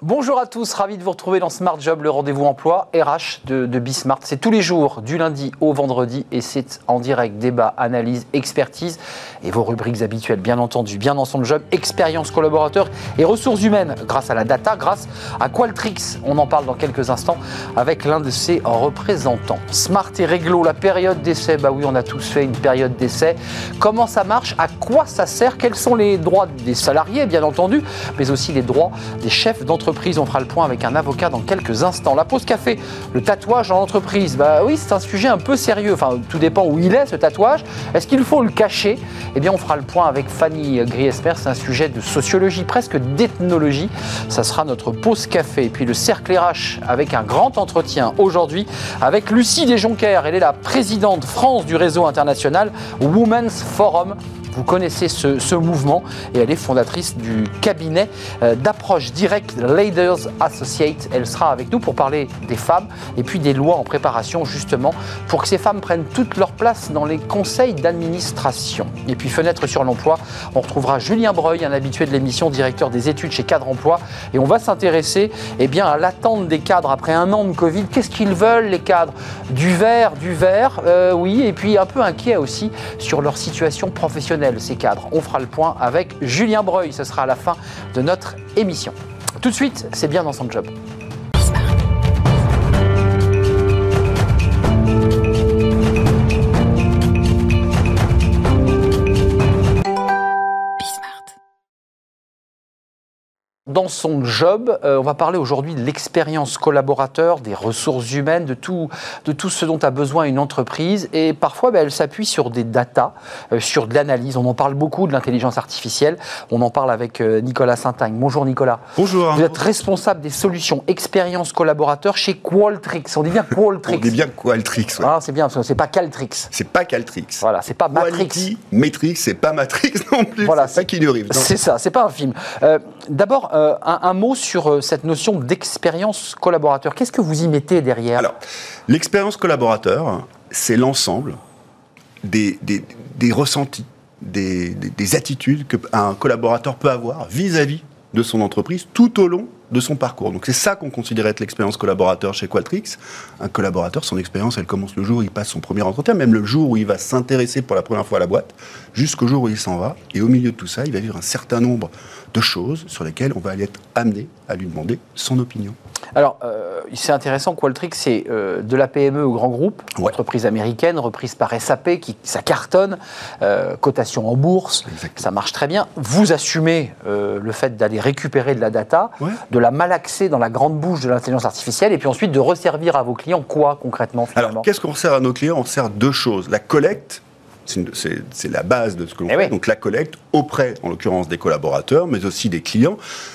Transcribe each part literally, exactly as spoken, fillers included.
Bonjour à tous, ravi de vous retrouver dans Smart Job, le rendez-vous emploi R H de, de Bismart. C'est tous les jours, du lundi au vendredi, et c'est en direct, débat, analyse, expertise et vos rubriques habituelles, bien entendu. Bien dans son job, expérience collaborateur et ressources humaines, grâce à la data, grâce à Qualtrics. On en parle dans quelques instants avec l'un de ses représentants. Smart et réglo, la période d'essai, bah oui, on a tous fait une période d'essai. Comment ça marche? À quoi ça sert? Quels sont les droits des salariés, bien entendu, mais aussi les droits des chefs d'entreprise? On fera le point avec un avocat dans quelques instants. La pause café, le tatouage en entreprise. Bah oui, c'est un sujet un peu sérieux. Enfin, tout dépend où il est, ce tatouage. Est-ce qu'il faut le cacher? Eh bien, on fera le point avec Fanny Griesmer. C'est un sujet de sociologie, presque d'ethnologie. Ça sera notre pause café. Et puis le cercle R H avec un grand entretien aujourd'hui avec Lucie Desjonquers. Elle est la présidente France du réseau international Women's Forum. Vous connaissez ce, ce mouvement et elle est fondatrice du cabinet euh, d'approche directe Leaders Associates. Elle sera avec nous pour parler des femmes et puis des lois en préparation justement pour que ces femmes prennent toute leur place dans les conseils d'administration. Et puis fenêtre sur l'emploi, on retrouvera Julien Breuil, un habitué de l'émission, directeur des études chez Cadre Emploi, et on va s'intéresser eh bien, à l'attente des cadres après un an de Covid. Qu'est-ce qu'ils veulent les cadres? Du vert, du vert, euh, oui, et puis un peu inquiets aussi sur leur situation professionnelle. Ces cadres. On fera le point avec Julien Breuil. Ce sera à la fin de notre émission. Tout de suite, c'est bien dans son job. Dans son job, euh, on va parler aujourd'hui de l'expérience collaborateur, des ressources humaines, de tout, de tout ce dont a besoin une entreprise. Et parfois, ben, elle s'appuie sur des datas, euh, sur de l'analyse. On en parle beaucoup de l'intelligence artificielle. On en parle avec euh, Nicolas Saint-Agne. Bonjour Nicolas. Bonjour. Vous êtes responsable des solutions expérience collaborateur chez Qualtrics. On dit bien Qualtrics. On dit bien Qualtrics. Ouais. Ah, c'est bien, parce que c'est pas Qualtrics. C'est pas Qualtrics. Voilà, c'est pas Matrix. Quality, Matrix, c'est pas Matrix non plus. Voilà, c'est ça qui nous arrive. C'est ça, c'est pas un film. Euh, D'abord, euh, un, un mot sur euh, cette notion d'expérience collaborateur. Qu'est-ce que vous y mettez derrière? Alors, l'expérience collaborateur, c'est l'ensemble des, des, des ressentis, des, des, des attitudes qu'un collaborateur peut avoir vis-à-vis de son entreprise tout au long de son parcours. Donc c'est ça qu'on considère être l'expérience collaborateur chez Qualtrics. Un collaborateur, son expérience, elle commence le jour où il passe son premier entretien, même le jour où il va s'intéresser pour la première fois à la boîte, jusqu'au jour où il s'en va. Et au milieu de tout ça, il va vivre un certain nombre de choses sur lesquelles on va aller être amené à lui demander son opinion. Alors, euh, c'est intéressant, Qualtrics, c'est euh, de la P M E au grand groupe, ouais. Entreprise américaine, reprise par S A P, qui, ça cartonne, euh, cotation en bourse, exactement. Ça marche très bien. Vous assumez euh, le fait d'aller récupérer de la data, ouais. de la malaxer dans la grande bouche de l'intelligence artificielle, et puis ensuite de resservir à vos clients quoi, concrètement, finalement? Alors, qu'est-ce qu'on sert à nos clients? On sert deux choses. La collecte, c'est, une, c'est, c'est la base de ce que l'on eh fait, oui. Donc la collecte auprès, en l'occurrence, des collaborateurs, mais aussi des clients.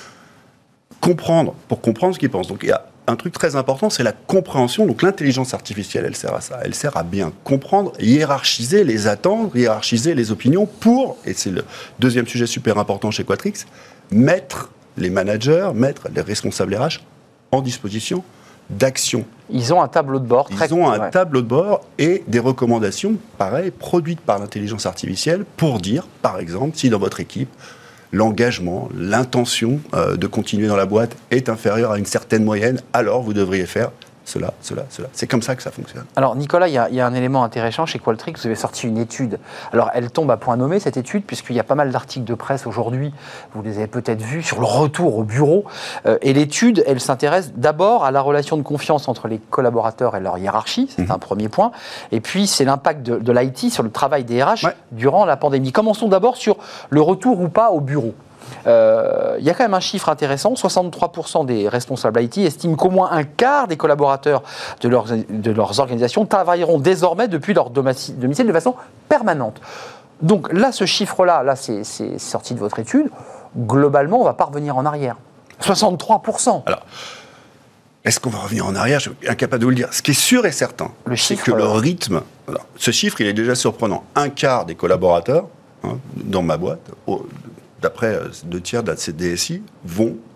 Comprendre, pour comprendre ce qu'ils pensent. Donc il y a un truc très important, c'est la compréhension. Donc l'intelligence artificielle, elle sert à ça. Elle sert à bien comprendre, hiérarchiser les attentes, hiérarchiser les opinions pour, et c'est le deuxième sujet super important chez Qualtrics, mettre les managers, mettre les responsables R H en disposition d'action. Ils ont un tableau de bord. Ils ont un ouais. tableau de bord et des recommandations, pareil, produites par l'intelligence artificielle pour dire, par exemple, si dans votre équipe, l'engagement, l'intention euh, de continuer dans la boîte est inférieure à une certaine moyenne, alors vous devriez faire cela, cela, cela. C'est comme ça que ça fonctionne. Alors Nicolas, il y, y a un élément intéressant chez Qualtrics, vous avez sorti une étude. Alors elle tombe à point nommé cette étude, puisqu'il y a pas mal d'articles de presse aujourd'hui, vous les avez peut-être vus, sur le retour au bureau. Euh, et l'étude, elle s'intéresse d'abord à la relation de confiance entre les collaborateurs et leur hiérarchie, c'est mmh. un premier point. Et puis c'est l'impact de, de l'I T sur le travail des R H ouais. durant la pandémie. Commençons d'abord sur le retour ou pas au bureau. Il euh, y a quand même un chiffre intéressant, soixante-trois pour cent des responsables I T estiment qu'au moins un quart des collaborateurs de leurs, de leurs organisations travailleront désormais depuis leur domicile de façon permanente. Donc là, ce chiffre-là, là, c'est, c'est sorti de votre étude, globalement, on ne va pas revenir en arrière. soixante-trois pour cent. Alors, est-ce qu'on va revenir en arrière? Je suis incapable de vous le dire. Ce qui est sûr et certain, le c'est chiffre, que le rythme... Alors, ce chiffre, il est déjà surprenant. Un quart des collaborateurs, hein, dans ma boîte... Au, d'après deux tiers de ces D S I, vont être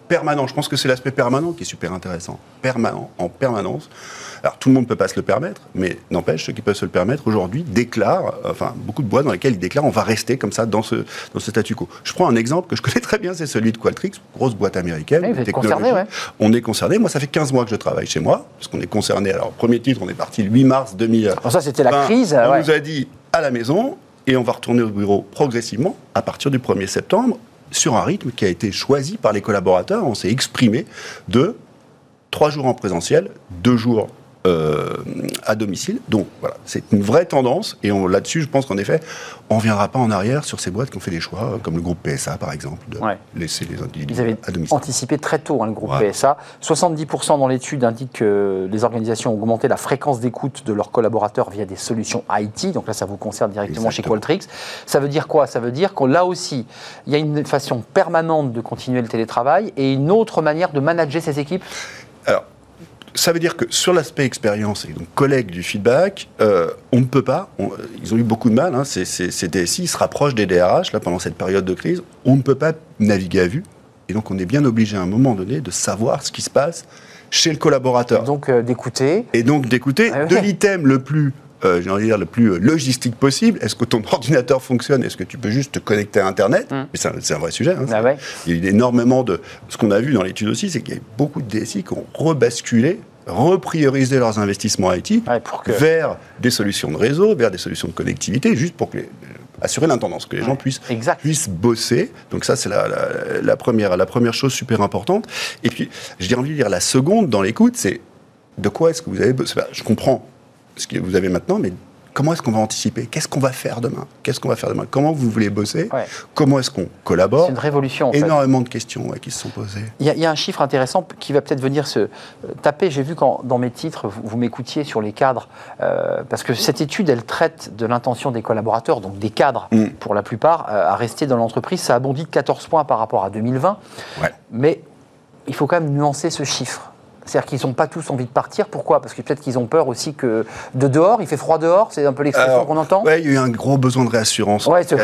permanent. Je pense que c'est l'aspect permanent qui est super intéressant. Permanent, en permanence. Alors, tout le monde ne peut pas se le permettre, mais n'empêche, ceux qui peuvent se le permettre, aujourd'hui, déclarent, enfin, beaucoup de boîtes dans lesquelles ils déclarent, on va rester comme ça dans ce, dans ce statu quo. Je prends un exemple que je connais très bien, c'est celui de Qualtrics, grosse boîte américaine. Oui, vous êtes concerné, ouais. On est concerné. Moi, ça fait quinze mois que je travaille chez moi, parce qu'on est concerné. Alors, premier titre, on est parti le huit mars deux mille vingt. Alors ça, c'était la crise. On ouais. nous a dit à la maison, et on va retourner au bureau progressivement, à partir du premier septembre, sur un rythme qui a été choisi par les collaborateurs. On s'est exprimé de trois jours en présentiel, deux jours Euh, à domicile. Donc voilà, c'est une vraie tendance et on, là-dessus, je pense qu'en effet, on ne reviendra pas en arrière sur ces boîtes qui ont fait des choix, comme le groupe P S A par exemple, de ouais. laisser les individus Ils avaient à domicile. anticipé très tôt, hein, le groupe ouais. P S A. soixante-dix pour cent dans l'étude indiquent que les organisations ont augmenté la fréquence d'écoute de leurs collaborateurs via des solutions I T. Donc là, ça vous concerne directement Exactement. Chez Qualtrics. Ça veut dire quoi? Ça veut dire que là aussi, il y a une façon permanente de continuer le télétravail et une autre manière de manager ces équipes. Alors, ça veut dire que sur l'aspect expérience et donc collègue du feedback, euh, on ne peut pas, on, ils ont eu beaucoup de mal, hein, ces, ces, ces D S I, ils se rapprochent des D R H là, pendant cette période de crise, on ne peut pas naviguer à vue, et donc on est bien obligé à un moment donné de savoir ce qui se passe chez le collaborateur. Et donc euh, d'écouter. Et donc d'écouter ah, okay. de l'item le plus... Euh, j'ai envie de dire le plus logistique possible. Est-ce que ton ordinateur fonctionne? Est-ce que tu peux juste te connecter à Internet? mm. Mais c'est un, c'est un vrai sujet. Hein, ah ouais. Il y a eu énormément de... Ce qu'on a vu dans l'étude aussi, c'est qu'il y a eu beaucoup de D S I qui ont rebasculé, repriorisé leurs investissements I T ouais, pour que... vers des solutions de réseau, vers des solutions de connectivité, juste pour que les, assurer l'intendance, que les ouais. gens puissent, puissent bosser. Donc ça, c'est la, la, la, première, la première chose super importante. Et puis, j'ai envie de dire, la seconde dans l'écoute, c'est de quoi est-ce que vous avez besoin? Je comprends ce que vous avez maintenant, mais comment est-ce qu'on va anticiper? Qu'est-ce qu'on va faire demain? Qu'est-ce qu'on va faire demain? Comment vous voulez bosser? ouais. Comment est-ce qu'on collabore? C'est une révolution, en fait. Énormément de questions ouais, qui se sont posées. Il y, y a un chiffre intéressant qui va peut-être venir se taper. J'ai vu quand, dans mes titres, vous, vous m'écoutiez sur les cadres, euh, parce que cette étude, elle traite de l'intention des collaborateurs, donc des cadres, mm. pour la plupart, euh, à rester dans l'entreprise. Ça a bondi de quatorze points par rapport à deux mille vingt. Ouais. Mais il faut quand même nuancer ce chiffre. C'est-à-dire qu'ils n'ont pas tous envie de partir. Pourquoi? Parce que peut-être qu'ils ont peur aussi que de dehors, il fait froid dehors, c'est un peu l'expression qu'on entend. Oui, il y a eu un gros besoin de réassurance. Ouais, c'est...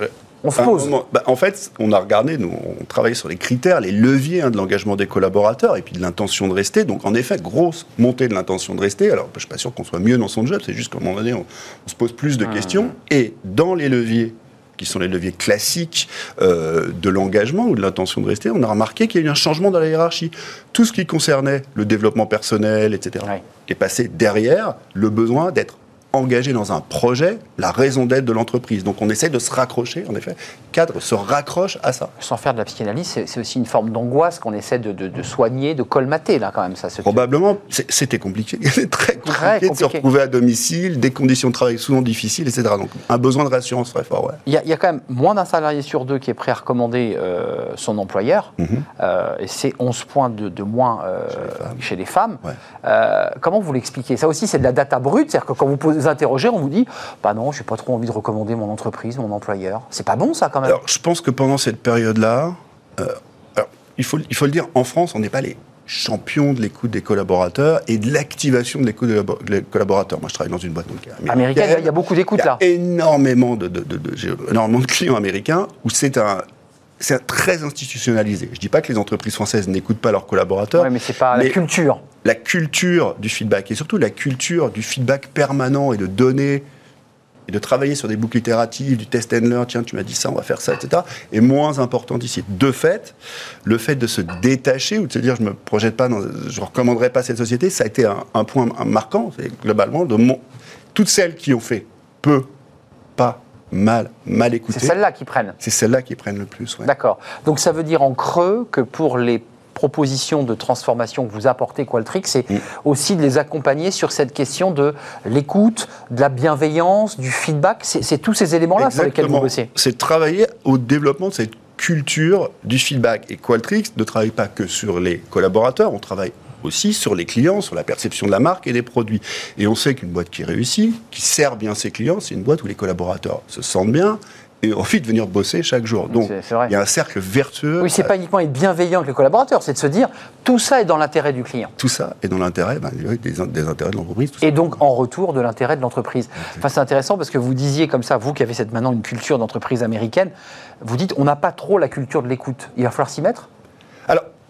On se pose. Moment, bah, en fait, on a regardé, nous, on travaillait sur les critères, les leviers hein, de l'engagement des collaborateurs et puis de l'intention de rester. Donc, en effet, grosse montée de l'intention de rester. Alors, je ne suis pas sûr qu'on soit mieux dans son job, c'est juste qu'à un moment donné, on, on se pose plus de mmh. questions. Et dans les leviers qui sont les leviers classiques euh, de l'engagement ou de l'intention de rester, on a remarqué qu'il y a eu un changement dans la hiérarchie. Tout ce qui concernait le développement personnel, et cetera, ouais. est passé derrière le besoin d'être engagé dans un projet, la raison d'être de l'entreprise. Donc on essaie de se raccrocher, en effet, cadre se raccroche à ça. Sans faire de la psychanalyse, c'est, c'est aussi une forme d'angoisse qu'on essaie de, de, de soigner, de colmater, là, quand même. Ça, Probablement, c'est, c'était compliqué. C'était très compliqué, très compliqué de se retrouver à domicile, des conditions de travail souvent difficiles, et cetera. Donc un besoin de réassurance très fort, ouais. Il y a, il y a quand même moins d'un salarié sur deux qui est prêt à recommander euh, son employeur, mm-hmm. euh, et c'est onze points de, de moins euh, chez les femmes. Chez les femmes. Ouais. Euh, comment vous l'expliquez? Ça aussi, c'est de la data brute, c'est-à-dire que quand vous posez interroger, on vous dit bah non, j'ai pas trop envie de recommander mon entreprise, mon employeur. C'est pas bon ça quand même. Alors, je pense que pendant cette période-là, euh, alors, il faut il faut le dire, en France, on n'est pas les champions de l'écoute des collaborateurs et de l'activation de l'écoute des collaborateurs. Moi, je travaille dans une boîte américaine. Américaine, il y a beaucoup d'écoute là. Il y a énormément de, de, de, de, j'ai énormément de clients américains où c'est un c'est très institutionnalisé. Je dis pas que les entreprises françaises n'écoutent pas leurs collaborateurs. Oui, mais c'est pas la culture. La culture du feedback et surtout la culture du feedback permanent et de donner et de travailler sur des boucles itératives, du test and learn, tiens, tu m'as dit ça, on va faire ça, et cetera, est moins importante ici. De fait, le fait de se détacher ou de se dire je ne me projette pas, dans, je ne recommanderais pas cette société, ça a été un, un point marquant, c'est globalement, de mon, toutes celles qui ont fait peu, pas, mal, mal écouté. C'est celles-là qui prennent. C'est celles-là qui prennent le plus, ouais. D'accord. Donc ça veut dire en creux que pour les propositions de transformation que vous apportez Qualtrics, c'est mmh. aussi de les accompagner sur cette question de l'écoute, de la bienveillance, du feedback. C'est, c'est tous ces éléments-là Exactement. sur lesquels vous bossez. C'est de travailler au développement de cette culture du feedback. Et Qualtrics ne travaille pas que sur les collaborateurs, on travaille aussi sur les clients, sur la perception de la marque et des produits. Et on sait qu'une boîte qui réussit, qui sert bien ses clients, c'est une boîte où les collaborateurs se sentent bien et ont envie de venir bosser chaque jour. Donc, c'est, c'est il y a un cercle vertueux. Oui, c'est pas uniquement être bienveillant avec les collaborateurs, c'est de se dire tout ça est dans l'intérêt du client. Tout ça est dans l'intérêt ben, des, des intérêts de l'entreprise. Et donc, en retour, de l'intérêt de l'entreprise. Enfin, c'est intéressant parce que vous disiez comme ça, vous qui avez cette, maintenant une culture d'entreprise américaine, vous dites on n'a pas trop la culture de l'écoute. Il va falloir s'y mettre ? Alors,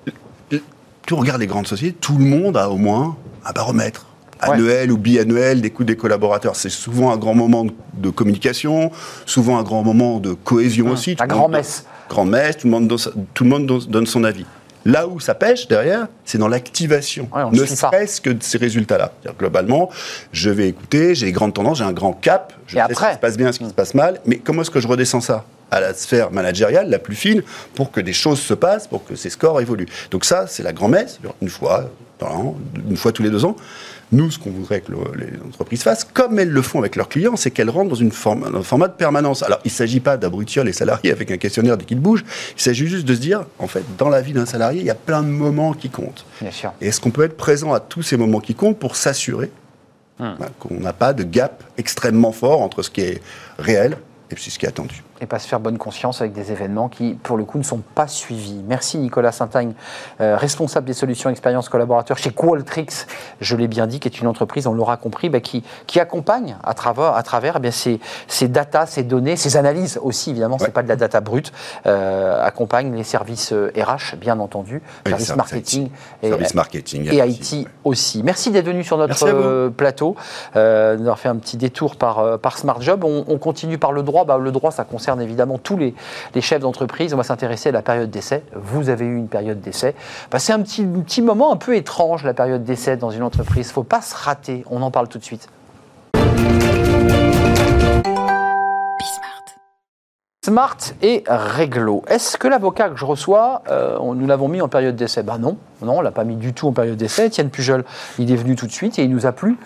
tu regardes les grandes sociétés, tout le monde a au moins un baromètre. Annuel ouais. ou biannuel des coûts des collaborateurs. C'est souvent un grand moment de communication, souvent un grand moment de cohésion mmh, aussi. La grand-messe. Grand-messe, tout le monde, donne, tout le monde donne son avis. Là où ça pêche derrière, c'est dans l'activation, ouais, ne serait-ce que de ces résultats-là. Globalement, je vais écouter, j'ai des grandes tendances, j'ai un grand cap, je sais après, ce qui se passe bien, ce qui mmh. se passe mal, mais comment est-ce que je redescends ça à la sphère managériale, la plus fine, pour que des choses se passent, pour que ces scores évoluent. Donc ça, c'est la grand-messe, une fois dans l'an, une fois tous les deux ans. Nous, ce qu'on voudrait que le, les entreprises fassent, comme elles le font avec leurs clients, c'est qu'elles rentrent dans, une forme, dans un format de permanence. Alors, il ne s'agit pas d'abrutir les salariés avec un questionnaire dès qu'ils bougent. Il s'agit juste de se dire, en fait, dans la vie d'un salarié, il y a plein de moments qui comptent. Bien sûr. Et est-ce qu'on peut être présent à tous ces moments qui comptent pour s'assurer hum. bah, qu'on n'a pas de gap extrêmement fort entre ce qui est réel et puis ce qui est attendu. Et pas se faire bonne conscience avec des événements qui, pour le coup, ne sont pas suivis. Merci Nicolas Saint-Agne, euh, responsable des solutions expérience collaborateurs chez Qualtrics, je l'ai bien dit, qui est une entreprise, on l'aura compris, bah, qui, qui accompagne à travers, à travers eh bien, ces, ces data, ces données, ces analyses aussi, évidemment, ouais. c'est pas de la data brute, euh, accompagne les services R H, bien entendu, oui, services marketing, et, service marketing et I T ouais. aussi. Merci d'être venu sur notre euh, plateau, euh, d'avoir fait un petit détour par, euh, par Smart Job. On, on continue par le droit. Bah, le droit, ça concerne évidemment tous les, les chefs d'entreprise. On va s'intéresser à la période d'essai. Vous avez eu une période d'essai. Bah, c'est un petit, un petit moment un peu étrange, la période d'essai dans une entreprise. Il ne faut pas se rater. On en parle tout de suite. Smart et Réglo. Est-ce que l'avocat que je reçois, euh, nous l'avons mis en période d'essai ? Ben non, non, on ne l'a pas mis du tout en période d'essai. Étienne Pujol, il est venu tout de suite et il nous a plu.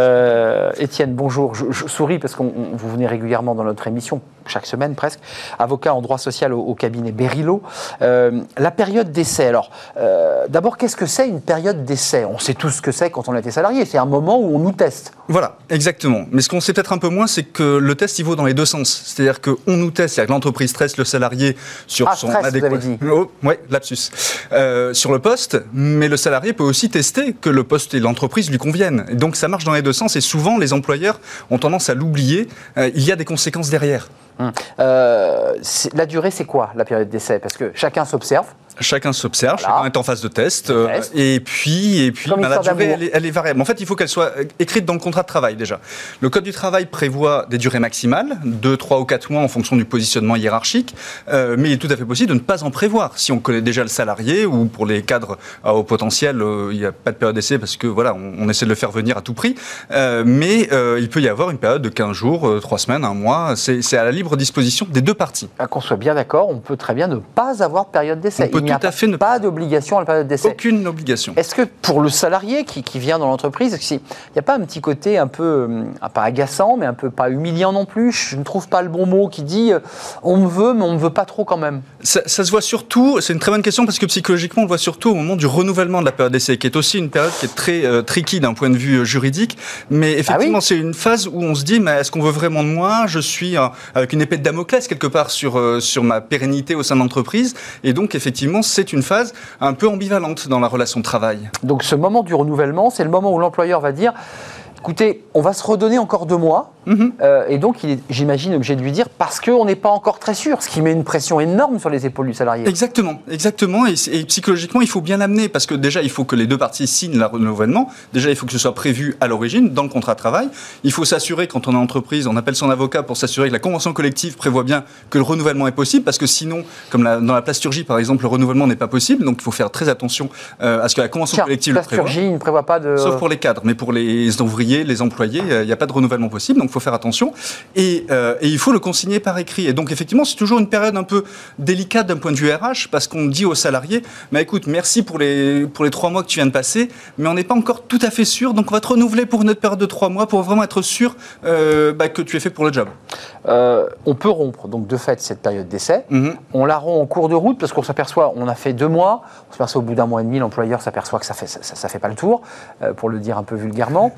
Euh, Étienne, bonjour. Je, je souris parce que vous venez régulièrement dans notre émission, chaque semaine presque. Avocat en droit social au, au cabinet Berilo. Euh, la période d'essai. Alors, euh, d'abord, qu'est-ce que c'est une période d'essai ? On sait tous ce que c'est quand on a été salarié. C'est un moment où on nous teste. Voilà, exactement. Mais ce qu'on sait peut-être un peu moins, c'est que le test, il vaut dans les deux sens. C'est-à-dire qu'on nous teste, c'est-à-dire que l'entreprise teste le salarié sur ah, son stress, adéquation. Oh, ouais, lapsus. Euh, sur le poste, mais le salarié peut aussi tester que le poste et l'entreprise lui conviennent. Et donc ça marche dans les deux sens et souvent les employeurs ont tendance à l'oublier. Euh, il y a des conséquences derrière. Hum. Euh, la durée, c'est quoi la période d'essai ? Parce que chacun s'observe. Chacun s'observe, voilà. Chacun est en phase de test, euh, test. et puis, et puis ben, la durée, elle est, elle est variable. En fait, il faut qu'elle soit écrite dans le contrat de travail déjà. Le Code du travail prévoit des durées maximales, deux, trois ou quatre mois en fonction du positionnement hiérarchique, euh, mais il est tout à fait possible de ne pas en prévoir. Si on connaît déjà le salarié, ou pour les cadres à haut potentiel, euh, il n'y a pas de période d'essai parce que voilà, on, on essaie de le faire venir à tout prix, euh, mais euh, il peut y avoir une période de quinze jours, euh, trois semaines, un mois, c'est, c'est à la libre disposition des deux parties. À qu'on soit bien d'accord, on peut très bien ne pas avoir de période d'essai. On peut il n'y a tout à fait ne pas d'obligation à la période d'essai. Aucune obligation. Est-ce que pour le salarié qui, qui vient dans l'entreprise, il n'y a pas un petit côté un peu, pas agaçant, mais un peu pas humiliant non plus ? Je ne trouve pas le bon mot qui dit on me veut, mais on ne me veut pas trop quand même. Ça, ça se voit surtout, c'est une très bonne question parce que psychologiquement on le voit surtout au moment du renouvellement de la période d'essai, qui est aussi une période qui est très euh, tricky d'un point de vue euh, juridique. Mais effectivement, ah oui, c'est une phase où on se dit mais est-ce qu'on veut vraiment de moi ? Je suis euh, avec une épée de Damoclès quelque part sur, euh, sur ma pérennité au sein de l'entreprise. Et donc effectivement, c'est une phase un peu ambivalente dans la relation de travail. Donc ce moment du renouvellement, c'est le moment où l'employeur va dire écoutez, on va se redonner encore deux mois. Mmh. Euh, et donc, il est, j'imagine, obligé de lui dire parce qu'on n'est pas encore très sûr, ce qui met une pression énorme sur les épaules du salarié. Exactement, exactement. Et, et psychologiquement, il faut bien l'amener parce que déjà, il faut que les deux parties signent le renouvellement. Déjà, il faut que ce soit prévu à l'origine, dans le contrat de travail. Il faut s'assurer, quand on est en entreprise, on appelle son avocat pour s'assurer que la convention collective prévoit bien que le renouvellement est possible parce que sinon, comme la, dans la plasturgie, par exemple, le renouvellement n'est pas possible. Donc, il faut faire très attention euh, à ce que la convention Tiens, collective le prévoit. Plasturgie ne prévoit pas de... Sauf pour les cadres, mais pour les ouvriers, les employés, il n'y a pas de renouvellement possible. Donc, il faut faire attention. Et, euh, et il faut le consigner par écrit. Et donc, effectivement, c'est toujours une période un peu délicate d'un point de vue R H, parce qu'on dit aux salariés, mais écoute, merci pour les, pour les trois mois que tu viens de passer, mais on n'est pas encore tout à fait sûr, donc on va te renouveler pour une autre période de trois mois pour vraiment être sûr euh, bah, que tu es fait pour le job. Euh, on peut rompre, donc de fait, cette période d'essai. Mm-hmm. On la rompt en cours de route, parce qu'on s'aperçoit, on a fait deux mois, on s'aperçoit au bout d'un mois et demi, l'employeur s'aperçoit que ça fait, ça, ça fait pas le tour, euh, pour le dire un peu vulgairement.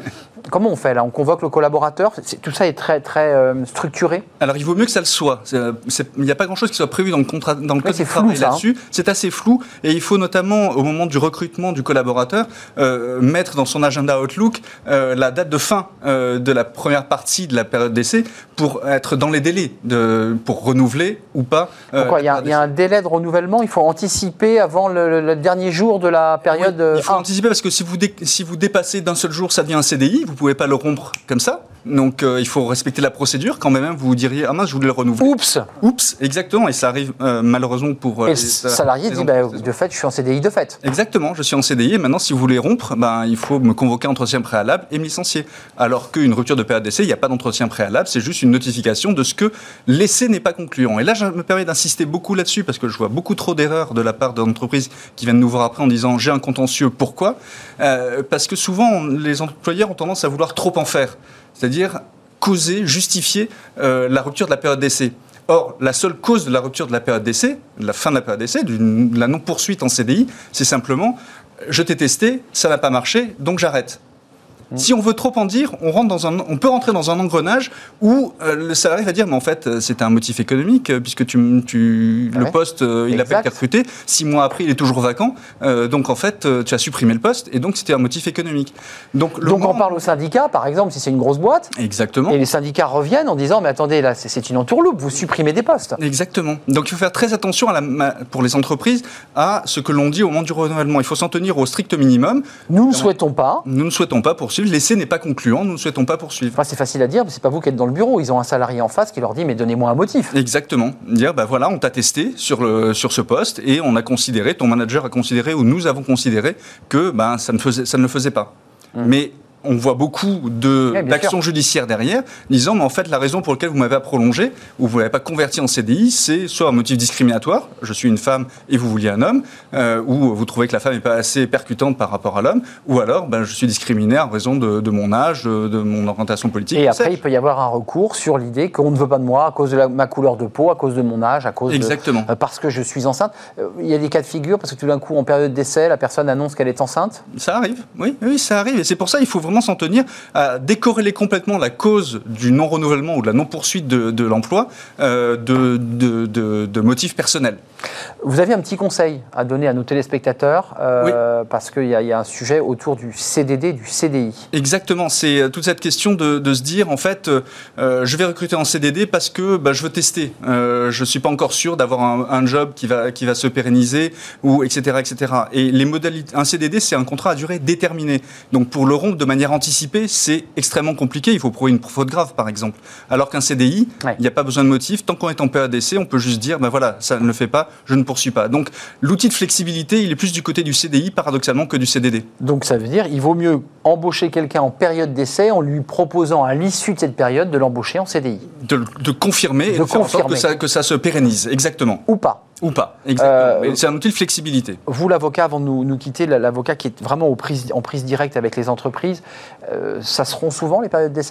comment on fait là? On convoque le collaborateur? C'est, tout ça est très, très euh, structuré? Alors, il vaut mieux que ça le soit. Il n'y a pas grand-chose qui soit prévu dans le, contrat, dans le code du travail ça, là-dessus. Hein. C'est assez flou. Et il faut notamment, au moment du recrutement du collaborateur, euh, mettre dans son agenda Outlook euh, la date de fin euh, de la première partie de la période d'essai pour être dans les délais, de, pour renouveler ou pas. Euh, Pourquoi il y, y a un délai de renouvellement? Il faut anticiper avant le, le, le dernier jour de la période. Oui, il faut un. anticiper parce que si vous, dé, si vous dépassez d'un seul jour, ça devient un C D I. Vous ne pouvez pas le rompre comme ça. Donc euh, il faut respecter la procédure. Quand même, vous vous diriez, ah mince, je voulais le renouveler. Oups. Oups, exactement. Et ça arrive euh, malheureusement pour. Euh, et le salarié dit, bah, de fait, je suis en C D I de fait. Exactement, je suis en C D I. Et maintenant, si vous voulez rompre, ben, il faut me convoquer un entretien préalable et me licencier. Alors qu'une rupture de période d'essai, il n'y a pas d'entretien préalable. C'est juste une notification de ce que l'essai n'est pas concluant. Et là, je me permets d'insister beaucoup là-dessus parce que je vois beaucoup trop d'erreurs de la part d'entreprises qui viennent nous voir après en disant j'ai un contentieux. Pourquoi ? euh, Parce que souvent, les employeurs ont tendance à vouloir trop en faire. C'est-à-dire causer, justifier euh, la rupture de la période d'essai. Or, la seule cause de la rupture de la période d'essai, de la fin de la période d'essai, de la non-poursuite en C D I, c'est simplement je t'ai testé, ça n'a pas marché, donc j'arrête. Si on veut trop en dire, on, rentre dans un, on peut rentrer dans un engrenage où euh, le salarié va dire mais en fait c'est un motif économique euh, puisque tu, tu, ah le ouais. poste euh, il n'a pas été recruté, six mois après il est toujours vacant, euh, donc en fait euh, tu as supprimé le poste et donc c'était un motif économique. Donc, le donc moment... on parle au syndicat par exemple si c'est une grosse boîte. Exactement. Et les syndicats reviennent en disant mais attendez là c'est, c'est une entourloupe, vous supprimez des postes. Exactement. Donc il faut faire très attention à la, pour les entreprises à ce que l'on dit au moment du renouvellement. Il faut s'en tenir au strict minimum. Nous ne souhaitons pas. Nous ne souhaitons pas poursuivre. L'essai n'est pas concluant, nous ne souhaitons pas poursuivre. Enfin, c'est facile à dire, mais c'est pas vous qui êtes dans le bureau. Ils ont un salarié en face qui leur dit mais donnez-moi un motif. Exactement. Dire ben voilà, on t'a testé sur, le, sur ce poste et on a considéré, ton manager a considéré ou nous avons considéré que ben, ça, ne faisait, ça ne le faisait pas. Mmh. Mais on voit beaucoup de, oui, d'actions judiciaires derrière, disant, mais en fait, la raison pour laquelle vous m'avez pas prolongé, ou vous ne m'avez pas converti en C D I, c'est soit un motif discriminatoire, je suis une femme et vous vouliez un homme, euh, ou vous trouvez que la femme n'est pas assez percutante par rapport à l'homme, ou alors, ben, je suis discriminé en raison de, de mon âge, de, de mon orientation politique. Et après, il peut y avoir un recours sur l'idée qu'on ne veut pas de moi à cause de la, ma couleur de peau, à cause de mon âge, à cause Exactement. de... Euh, parce que je suis enceinte. Euh, il y a des cas de figure, parce que tout d'un coup, en période d'essai, la personne annonce qu'elle est enceinte. Ça arrive, oui, oui, ça arrive. Et c'est pour ça qu'il faut vraiment s'en tenir à décorréler complètement la cause du non-renouvellement ou de la non-poursuite de, de l'emploi euh, de, de, de, de motifs personnels. Vous avez un petit conseil à donner à nos téléspectateurs euh, oui. parce qu'il y, y a un sujet autour du C D D, du C D I. Exactement, c'est toute cette question de, de se dire en fait, euh, je vais recruter en C D D parce que bah, je veux tester. Euh, je ne suis pas encore sûr d'avoir un, un job qui va, qui va se pérenniser, ou et cetera, et cetera. Et les modalités, un C D D, c'est un contrat à durée déterminée. Donc pour le rompre de manière anticipée, c'est extrêmement compliqué. Il faut prouver une faute grave, par exemple. Alors qu'un C D I, il ouais. n'y a pas besoin de motif. Tant qu'on est en période d'essai, on peut juste dire, ben voilà, ça ne le fait pas, je ne poursuis pas. Donc l'outil de flexibilité, il est plus du côté du C D I, paradoxalement, que du C D D. Donc ça veut dire il vaut mieux embaucher quelqu'un en période d'essai en lui proposant à l'issue de cette période de l'embaucher en C D I. De, de confirmer de et de faire en sorte que ça, que ça se pérennise, exactement. Ou pas. Ou pas, exactement. Euh, c'est un outil de flexibilité. Vous, l'avocat, avant de nous, nous quitter, l'avocat qui est vraiment aux prises, en prise directe avec les entreprises, euh, ça seront souvent les périodes d'essai ?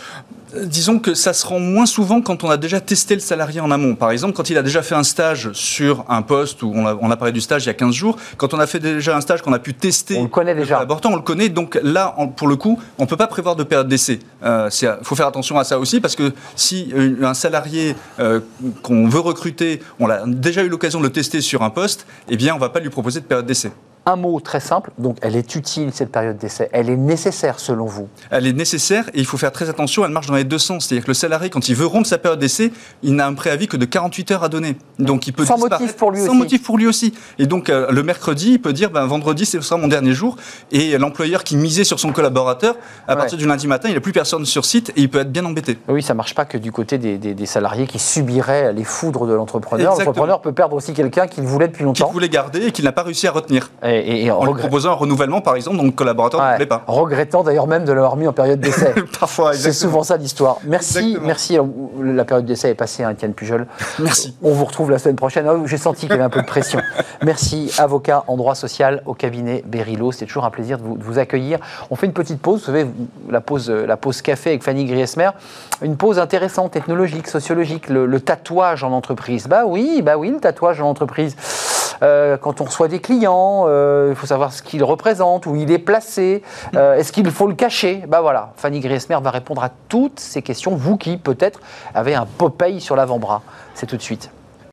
Disons que ça se rend moins souvent quand on a déjà testé le salarié en amont. Par exemple, quand il a déjà fait un stage sur un poste, où on a, on a parlé du stage il y a quinze jours, quand on a fait déjà un stage qu'on a pu tester... On le connaît déjà. On le connaît, donc là, on, pour le coup, on ne peut pas prévoir de période d'essai. Il euh, faut faire attention à ça aussi, parce que si un salarié euh, qu'on veut recruter, on a déjà eu l'occasion de le tester sur un poste, eh bien, on ne va pas lui proposer de période d'essai. Un mot très simple, donc elle est utile cette période d'essai, elle est nécessaire selon vous? Elle est nécessaire et il faut faire très attention, elle marche dans les deux sens. C'est-à-dire que le salarié, quand il veut rompre sa période d'essai, il n'a un préavis que de quarante-huit heures à donner. Donc il peut sans motif pour lui sans aussi. motif pour lui aussi. Et donc euh, le mercredi, il peut dire ben, vendredi, ce sera mon dernier jour. Et l'employeur qui misait sur son collaborateur, à ouais. partir du lundi matin, il n'a plus personne sur site et il peut être bien embêté. Oui, ça ne marche pas que du côté des, des, des salariés qui subiraient les foudres de l'entrepreneur. Exactement. L'entrepreneur peut perdre aussi quelqu'un qu'il voulait depuis longtemps. Qu'il voulait garder et qu'il n'a pas réussi à retenir. Et, et, et en lui proposant un renouvellement, par exemple, dont le collaborateur ouais. ne voulait pas. Regrettant d'ailleurs même de l'avoir mis en période d'essai. Parfois, exactement. C'est souvent ça l'histoire. Merci, exactement. merci. La période d'essai est passée à Étienne Pujol. Merci. On vous retrouve la semaine prochaine. Oh, j'ai senti qu'il y avait un peu de pression. Merci, avocat en droit social au cabinet Berilo. C'était toujours un plaisir de vous, de vous accueillir. On fait une petite pause. Vous savez, la pause, la pause café avec Fanny Griesmer. Une pause intéressante, technologique, sociologique. Le, le tatouage en entreprise. Bah oui, bah oui, le tatouage en entreprise. euh, quand on reçoit des clients, euh, il faut savoir ce qu'il représente, où il est placé, euh, est-ce qu'il faut le cacher? Ben voilà, Fanny Griesmer va répondre à toutes ces questions, vous qui peut-être avez un Popeye sur l'avant-bras. C'est tout de suite.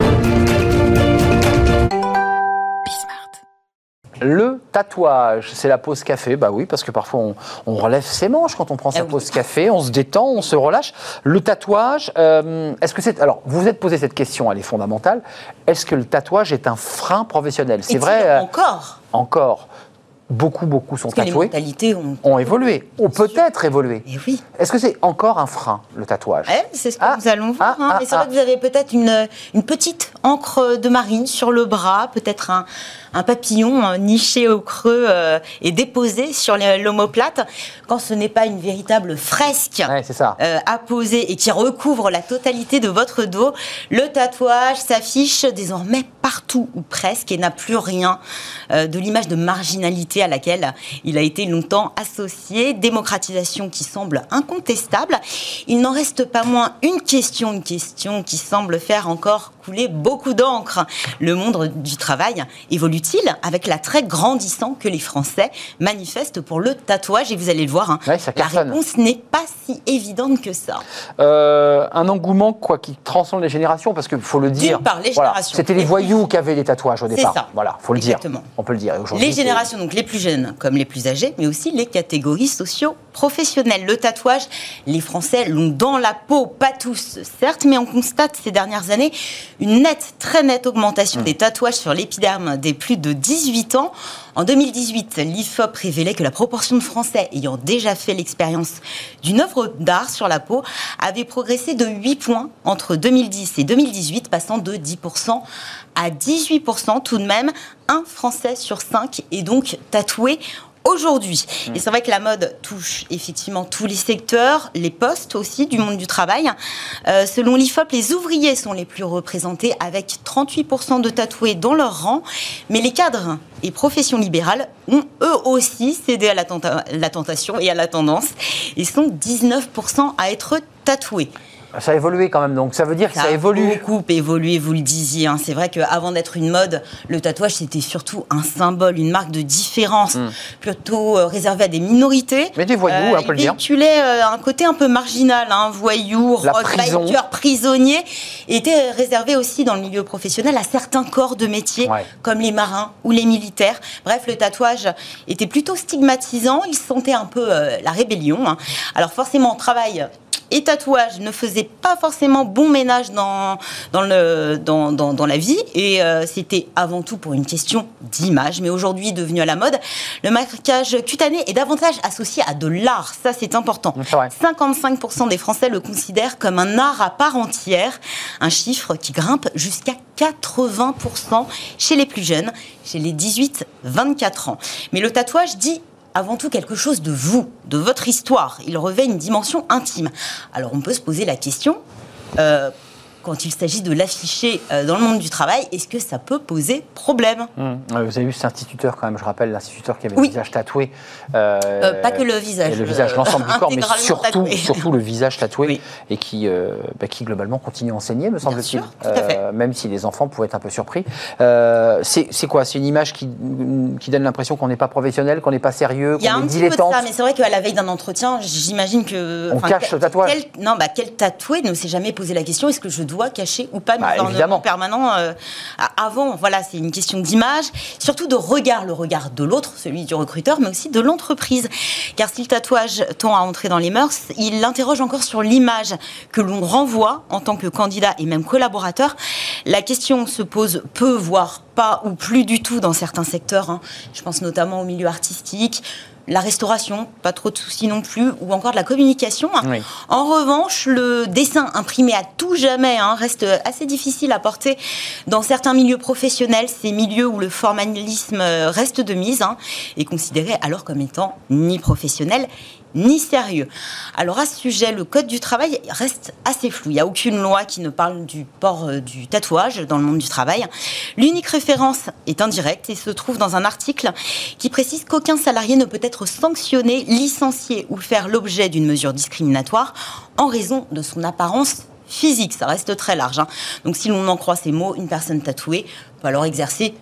Le tatouage, c'est la pause café. Bah oui, parce que parfois on, on relève ses manches quand on prend sa ah oui. pause café, on se détend, on se relâche. Le tatouage, euh, est-ce que c'est... Alors, vous vous êtes posé cette question, elle est fondamentale. Est-ce que le tatouage est un frein professionnel? C'est vrai. Euh, encore Encore. Beaucoup, beaucoup sont Parce tatoués. Que les mentalités ont, ont évolué, ont peut-être évolué. Et oui. Est-ce que c'est encore un frein, le tatouage? ouais, C'est ce que ah, nous allons voir. Ah, hein. ah, Mais c'est ah. vrai que vous avez peut-être une, une petite encre de marine sur le bras, peut-être un, un papillon euh, niché au creux euh, et déposé sur les, l'omoplate. Quand ce n'est pas une véritable fresque ouais, c'est ça. Euh, apposée et qui recouvre la totalité de votre dos, le tatouage s'affiche désormais partout ou presque et n'a plus rien euh, de l'image de marginalité à laquelle il a été longtemps associé. Démocratisation qui semble incontestable. Il n'en reste pas moins une question, une question qui semble faire encore couler beaucoup d'encre. Le monde du travail évolue-t-il avec l'attrait grandissant que les Français manifestent pour le tatouage? Et vous allez le voir, hein, ouais, ça la réponse n'est pas si évidente que ça. Euh, un engouement quoi, qui transcende les générations, parce qu'il faut le dire. D'une part, les voilà, générations. C'était les voyous qui avaient des tatouages au départ. C'est ça. Voilà, faut le Exactement. dire. On peut le dire. Les générations, donc les plus jeunes comme les plus âgés, mais aussi les catégories socio-professionnelles. Le tatouage, les Français l'ont dans la peau, pas tous, certes, mais on constate ces dernières années une nette, très nette augmentation mmh. des tatouages sur l'épiderme des plus de dix-huit ans. En deux mille dix-huit, l'I F O P révélait que la proportion de Français ayant déjà fait l'expérience d'une œuvre d'art sur la peau avait progressé de huit points entre deux mille dix et deux mille dix-huit, passant de dix pour cent à dix-huit pour cent tout de même. Un Français sur cinq est donc tatoué aujourd'hui. Et c'est vrai que la mode touche effectivement tous les secteurs, les postes aussi du monde du travail. Euh, selon l'I F O P, les ouvriers sont les plus représentés avec trente-huit pour cent de tatoués dans leur rang, mais les cadres et professions libérales ont eux aussi cédé à la, tenta- la tentation et à la tendance et sont dix-neuf pour cent à être tatoués. Ça a évolué quand même, donc ça veut dire que ça, ça a évolue. beaucoup évolué, vous le disiez. Hein. C'est vrai qu'avant d'être une mode, le tatouage, c'était surtout un symbole, une marque de différence, mmh. plutôt euh, réservée à des minorités. Mais des voyous, euh, on peut le dire. Il véhiculait euh, un côté un peu marginal, hein, voyou, rock, biker, prisonnier, et était réservé aussi dans le milieu professionnel à certains corps de métier, ouais. comme les marins ou les militaires. Bref, le tatouage était plutôt stigmatisant, il sentait un peu euh, la rébellion. Hein. Alors forcément, on travaille... et tatouage ne faisait pas forcément bon ménage dans, dans, le, dans, dans, dans la vie. Et euh, c'était avant tout pour une question d'image. Mais aujourd'hui, devenu à la mode, le maquillage cutané est davantage associé à de l'art. Ça, c'est important. C'est vrai. cinquante-cinq pour cent des Français le considèrent comme un art à part entière. Un chiffre qui grimpe jusqu'à quatre-vingts pour cent chez les plus jeunes, chez les dix-huit vingt-quatre ans. Mais le tatouage dit avant tout quelque chose de vous, de votre histoire. Il revêt une dimension intime. Alors on peut se poser la question, euh, quand il s'agit de l'afficher euh, dans le monde du travail, est-ce que ça peut poser problème ? mmh. Vous avez vu cet instituteur quand même, je rappelle, l'instituteur qui avait oui. le visage tatoué. Euh, euh, pas que le visage. Et le visage, l'ensemble du corps, mais surtout, surtout le visage tatoué, oui. et qui, euh, bah, qui globalement continue à enseigner, me semble-t-il. Bien sûr, tout à fait. Euh, même si les enfants pouvaient être un peu surpris. Euh, c'est, c'est quoi ? C'est une image qui, qui donne l'impression qu'on n'est pas professionnel, qu'on n'est pas sérieux, qu'on est dilettante ? Il y a un petit peu de ça, mais c'est vrai qu'à la veille d'un entretien, j'imagine que... On cache le tatouage. Quel, non, bah, quel tatoué ne s'est jamais posé la question, est-ce que je dois cacher ou pas bah, mon ornement permanent euh, avant, voilà, c'est une question d'image, surtout de regard, le regard de l'autre, celui du recruteur, mais aussi de l'entreprise. Car si le tatouage tend à entrer dans les mœurs, il l'interroge encore sur l'image que l'on renvoie en tant que candidat et même collaborateur. La question se pose peu, voire pas ou plus du tout dans certains secteurs. Hein. Je pense notamment au milieu artistique, la restauration, pas trop de soucis non plus, ou encore de la communication. Oui. En revanche, le dessin imprimé à tout jamais hein, reste assez difficile à porter dans certains milieux professionnels, ces milieux où le formalisme reste de mise, hein, et considéré alors comme étant ni professionnel, ni sérieux. Alors à ce sujet, le Code du travail reste assez flou. Il n'y a aucune loi qui ne parle du port euh, du tatouage dans le monde du travail. L'unique référence est indirecte et se trouve dans un article qui précise qu'aucun salarié ne peut être sanctionné, licencié ou faire l'objet d'une mesure discriminatoire en raison de son apparence physique. Ça reste très large. Hein. Donc si l'on en croit ces mots, une personne tatouée peut alors exercer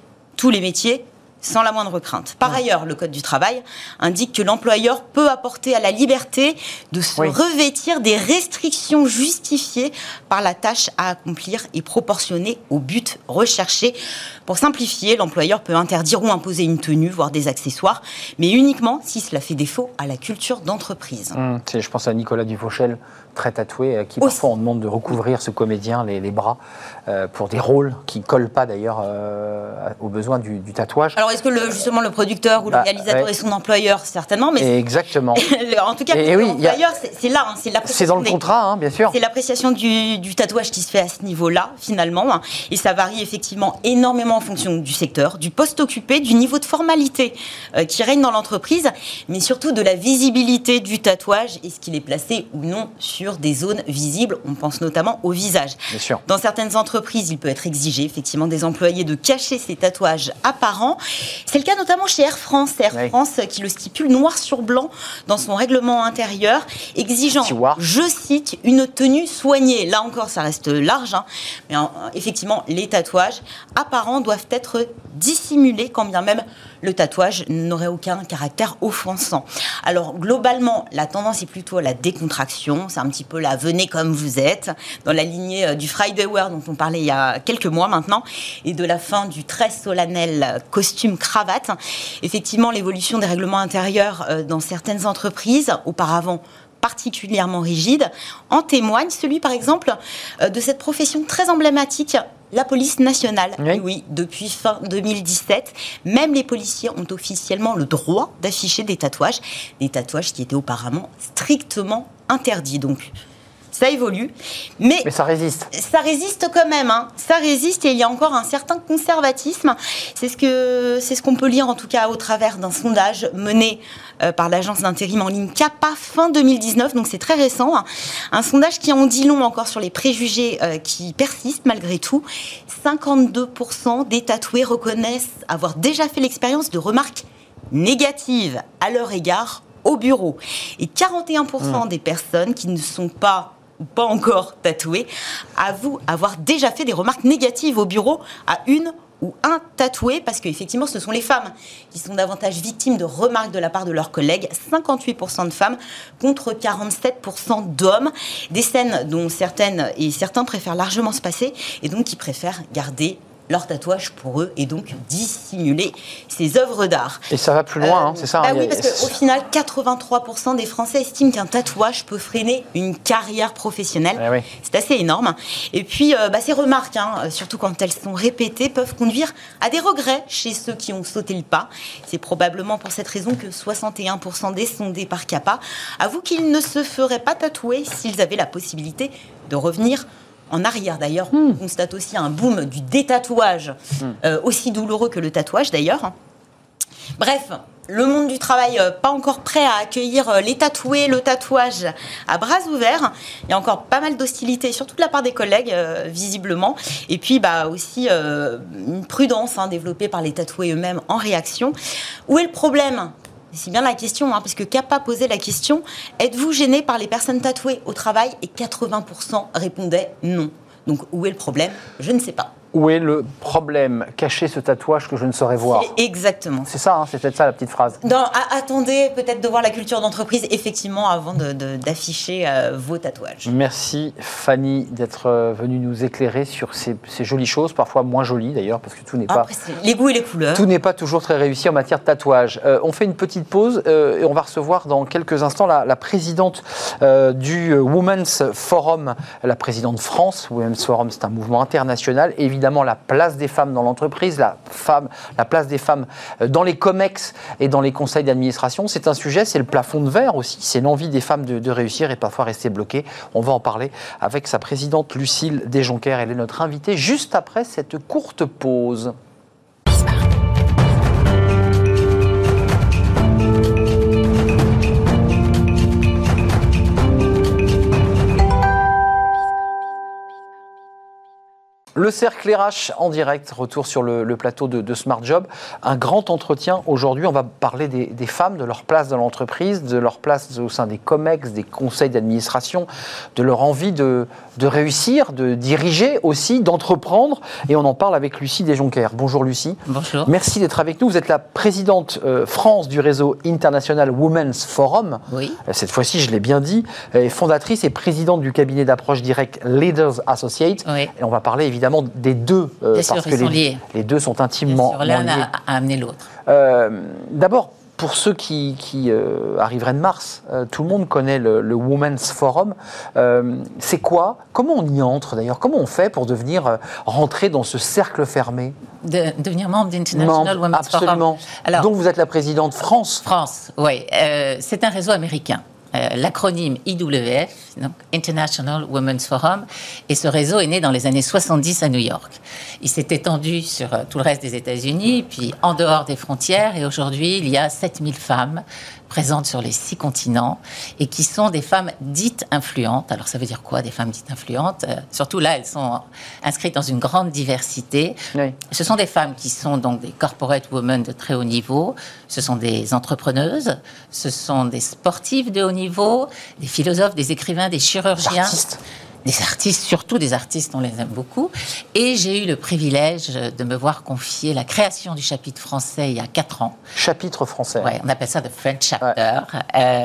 tous les métiers, sans la moindre crainte. Par ailleurs, le Code du travail indique que l'employeur peut apporter à la liberté de se oui. revêtir des restrictions justifiées par la tâche à accomplir et proportionnées au but recherché. Pour simplifier, l'employeur peut interdire ou imposer une tenue, voire des accessoires, mais uniquement si cela fait défaut à la culture d'entreprise. Mmh, je pense à Nicolas Dufauchel, très tatoué, à qui Aussi. parfois on demande de recouvrir ce comédien les, les bras euh, pour des rôles qui ne collent pas d'ailleurs euh, aux besoins du, du tatouage. Alors est-ce que le, justement le producteur ou le bah, réalisateur ouais. est son employeur? Certainement, mais exactement. en tout cas, et pour oui, l'employeur, a... c'est, c'est là, hein, c'est l'appréciation. C'est dans le contrat, hein, bien sûr. C'est l'appréciation du, du tatouage qui se fait à ce niveau-là, finalement, hein, et ça varie effectivement énormément en fonction du secteur, du poste occupé, du niveau de formalité euh, qui règne dans l'entreprise, mais surtout de la visibilité du tatouage, est-ce qu'il est placé ou non sur des zones visibles, on pense notamment au visage. Bien sûr. Dans certaines entreprises, il peut être exigé effectivement des employés de cacher ces tatouages apparents. C'est le cas notamment chez Air France, Air oui. France qui le stipule noir sur blanc dans son règlement intérieur, exigeant, je cite, une tenue soignée. Là encore, ça reste large, hein, mais euh, effectivement, les tatouages apparents doivent être dissimulés, quand bien même le tatouage n'aurait aucun caractère offensant. Alors globalement, la tendance est plutôt à la décontraction. C'est un petit peu la venez comme vous êtes, dans la lignée du Friday Wear dont on parlait il y a quelques mois maintenant, et de la fin du très solennel costume cravate. Effectivement, l'évolution des règlements intérieurs dans certaines entreprises, auparavant particulièrement rigide, en témoigne celui par exemple de cette profession très emblématique, la police nationale. Oui. oui, depuis fin deux mille dix-sept, même les policiers ont officiellement le droit d'afficher des tatouages, des tatouages qui étaient auparavant strictement interdits. Donc, ça évolue, mais, mais ça résiste. Ça résiste quand même, hein. Ça résiste et il y a encore un certain conservatisme. C'est ce que c'est ce qu'on peut lire en tout cas au travers d'un sondage mené euh, par l'agence d'intérim en ligne CAPA fin deux mille dix-neuf, donc c'est très récent. Hein. Un sondage qui en dit long encore sur les préjugés euh, qui persistent malgré tout. cinquante-deux pour cent des tatoués reconnaissent avoir déjà fait l'expérience de remarques négatives à leur égard au bureau. Et quarante et un pour cent mmh. des personnes qui ne sont pas ou pas encore tatouées avouent avoir déjà fait des remarques négatives au bureau à une ou un tatoué, parce qu'effectivement, ce sont les femmes qui sont davantage victimes de remarques de la part de leurs collègues. cinquante-huit pour cent de femmes contre quarante-sept pour cent d'hommes. Des scènes dont certaines et certains préfèrent largement se passer et donc qui préfèrent garder leur tatouage pour eux et donc dissimuler ces œuvres d'art. Et ça va plus loin, euh, hein, c'est ça bah hein, oui, parce qu'au final, quatre-vingt-trois pour cent des Français estiment qu'un tatouage peut freiner une carrière professionnelle. Eh oui. C'est assez énorme. Et puis, euh, bah, ces remarques, hein, surtout quand elles sont répétées, peuvent conduire à des regrets chez ceux qui ont sauté le pas. C'est probablement pour cette raison que soixante et un pour cent des sondés par CAPA avouent qu'ils ne se feraient pas tatouer s'ils avaient la possibilité de revenir en arrière. D'ailleurs, mmh. on constate aussi un boom du détatouage, mmh. euh, aussi douloureux que le tatouage d'ailleurs. Bref, le monde du travail euh, pas encore prêt à accueillir euh, les tatoués, le tatouage à bras ouverts. Il y a encore pas mal d'hostilité, surtout de la part des collègues, euh, visiblement. Et puis bah, aussi euh, une prudence hein, développée par les tatoués eux-mêmes en réaction. Où est le problème ? C'est bien la question, hein, parce que CAPA posait la question « Êtes-vous gêné par les personnes tatouées au travail ?» Et quatre-vingts pour cent répondaient non. Donc, où est le problème ? Je ne sais pas. Où est le problème ? Cacher ce tatouage que je ne saurais voir. C'est exactement. C'est ça, hein, c'est peut-être ça la petite phrase. Dans, a, attendez peut-être de voir la culture d'entreprise, effectivement, avant de, de, d'afficher euh, vos tatouages. Merci Fanny d'être euh, venue nous éclairer sur ces, ces jolies choses, parfois moins jolies d'ailleurs, parce que tout n'est Après, pas... C'est les goûts et les couleurs. Tout n'est pas toujours très réussi en matière de tatouage. Euh, on fait une petite pause euh, et on va recevoir dans quelques instants la, la présidente euh, du Women's Forum, la présidente France. Women's Forum, c'est un mouvement international. Évidemment, Évidemment, la place des femmes dans l'entreprise, la, femme, la place des femmes dans les COMEX et dans les conseils d'administration, c'est un sujet, c'est le plafond de verre aussi, c'est l'envie des femmes de, de réussir et parfois rester bloquées. On va en parler avec sa présidente Lucille Desjonquers, elle est notre invitée juste après cette courte pause. Le cercle R H en direct, retour sur le, le plateau de, de Smart Job. Un grand entretien aujourd'hui, on va parler des, des femmes, de leur place dans l'entreprise, de leur place au sein des COMEX, des conseils d'administration, de leur envie de, de réussir, de diriger aussi, d'entreprendre. Et on en parle avec Lucie Desjonquers. Bonjour Lucie. Bonjour. Merci d'être avec nous. Vous êtes la présidente euh, France du réseau International Women's Forum. Oui. Cette fois-ci, je l'ai bien dit. Et fondatrice et présidente du cabinet d'approche directe Leaders Associates. Oui. Et on va parler évidemment des deux, euh, Bien parce sûr, que ils sont les, liés. les deux sont intimement Bien sûr, l'un liés. a, a amené l'autre. Euh, D'abord, pour ceux qui, qui euh, arriveraient de Mars, euh, tout le monde connaît le, le Women's Forum. Euh, c'est quoi? Comment on y entre d'ailleurs? Comment on fait pour devenir euh, rentrer dans ce cercle fermé? De, devenir membre d'International membre, Women's absolument. Forum. Alors, donc vous êtes la présidente France. France, oui. Euh, c'est un réseau américain. Euh, l'acronyme I W F, donc International Women's Forum, et ce réseau est né dans les années soixante-dix à New York. Il s'est étendu sur euh, tout le reste des États-Unis, puis en dehors des frontières, et aujourd'hui, il y a sept mille femmes présentes sur les six continents, et qui sont des femmes dites influentes. Alors, ça veut dire quoi, des femmes dites influentes? euh, Surtout là, elles sont inscrites dans une grande diversité. Oui. Ce sont des femmes qui sont donc des corporate women de très haut niveau, ce sont des entrepreneuses, ce sont des sportives de haut niveau, des philosophes, des écrivains, des chirurgiens. Artistes. Des artistes, surtout des artistes, on les aime beaucoup. Et j'ai eu le privilège de me voir confier la création du chapitre français il y a quatre ans. Chapitre français. Ouais, on appelle ça the French chapter. Ouais. Euh,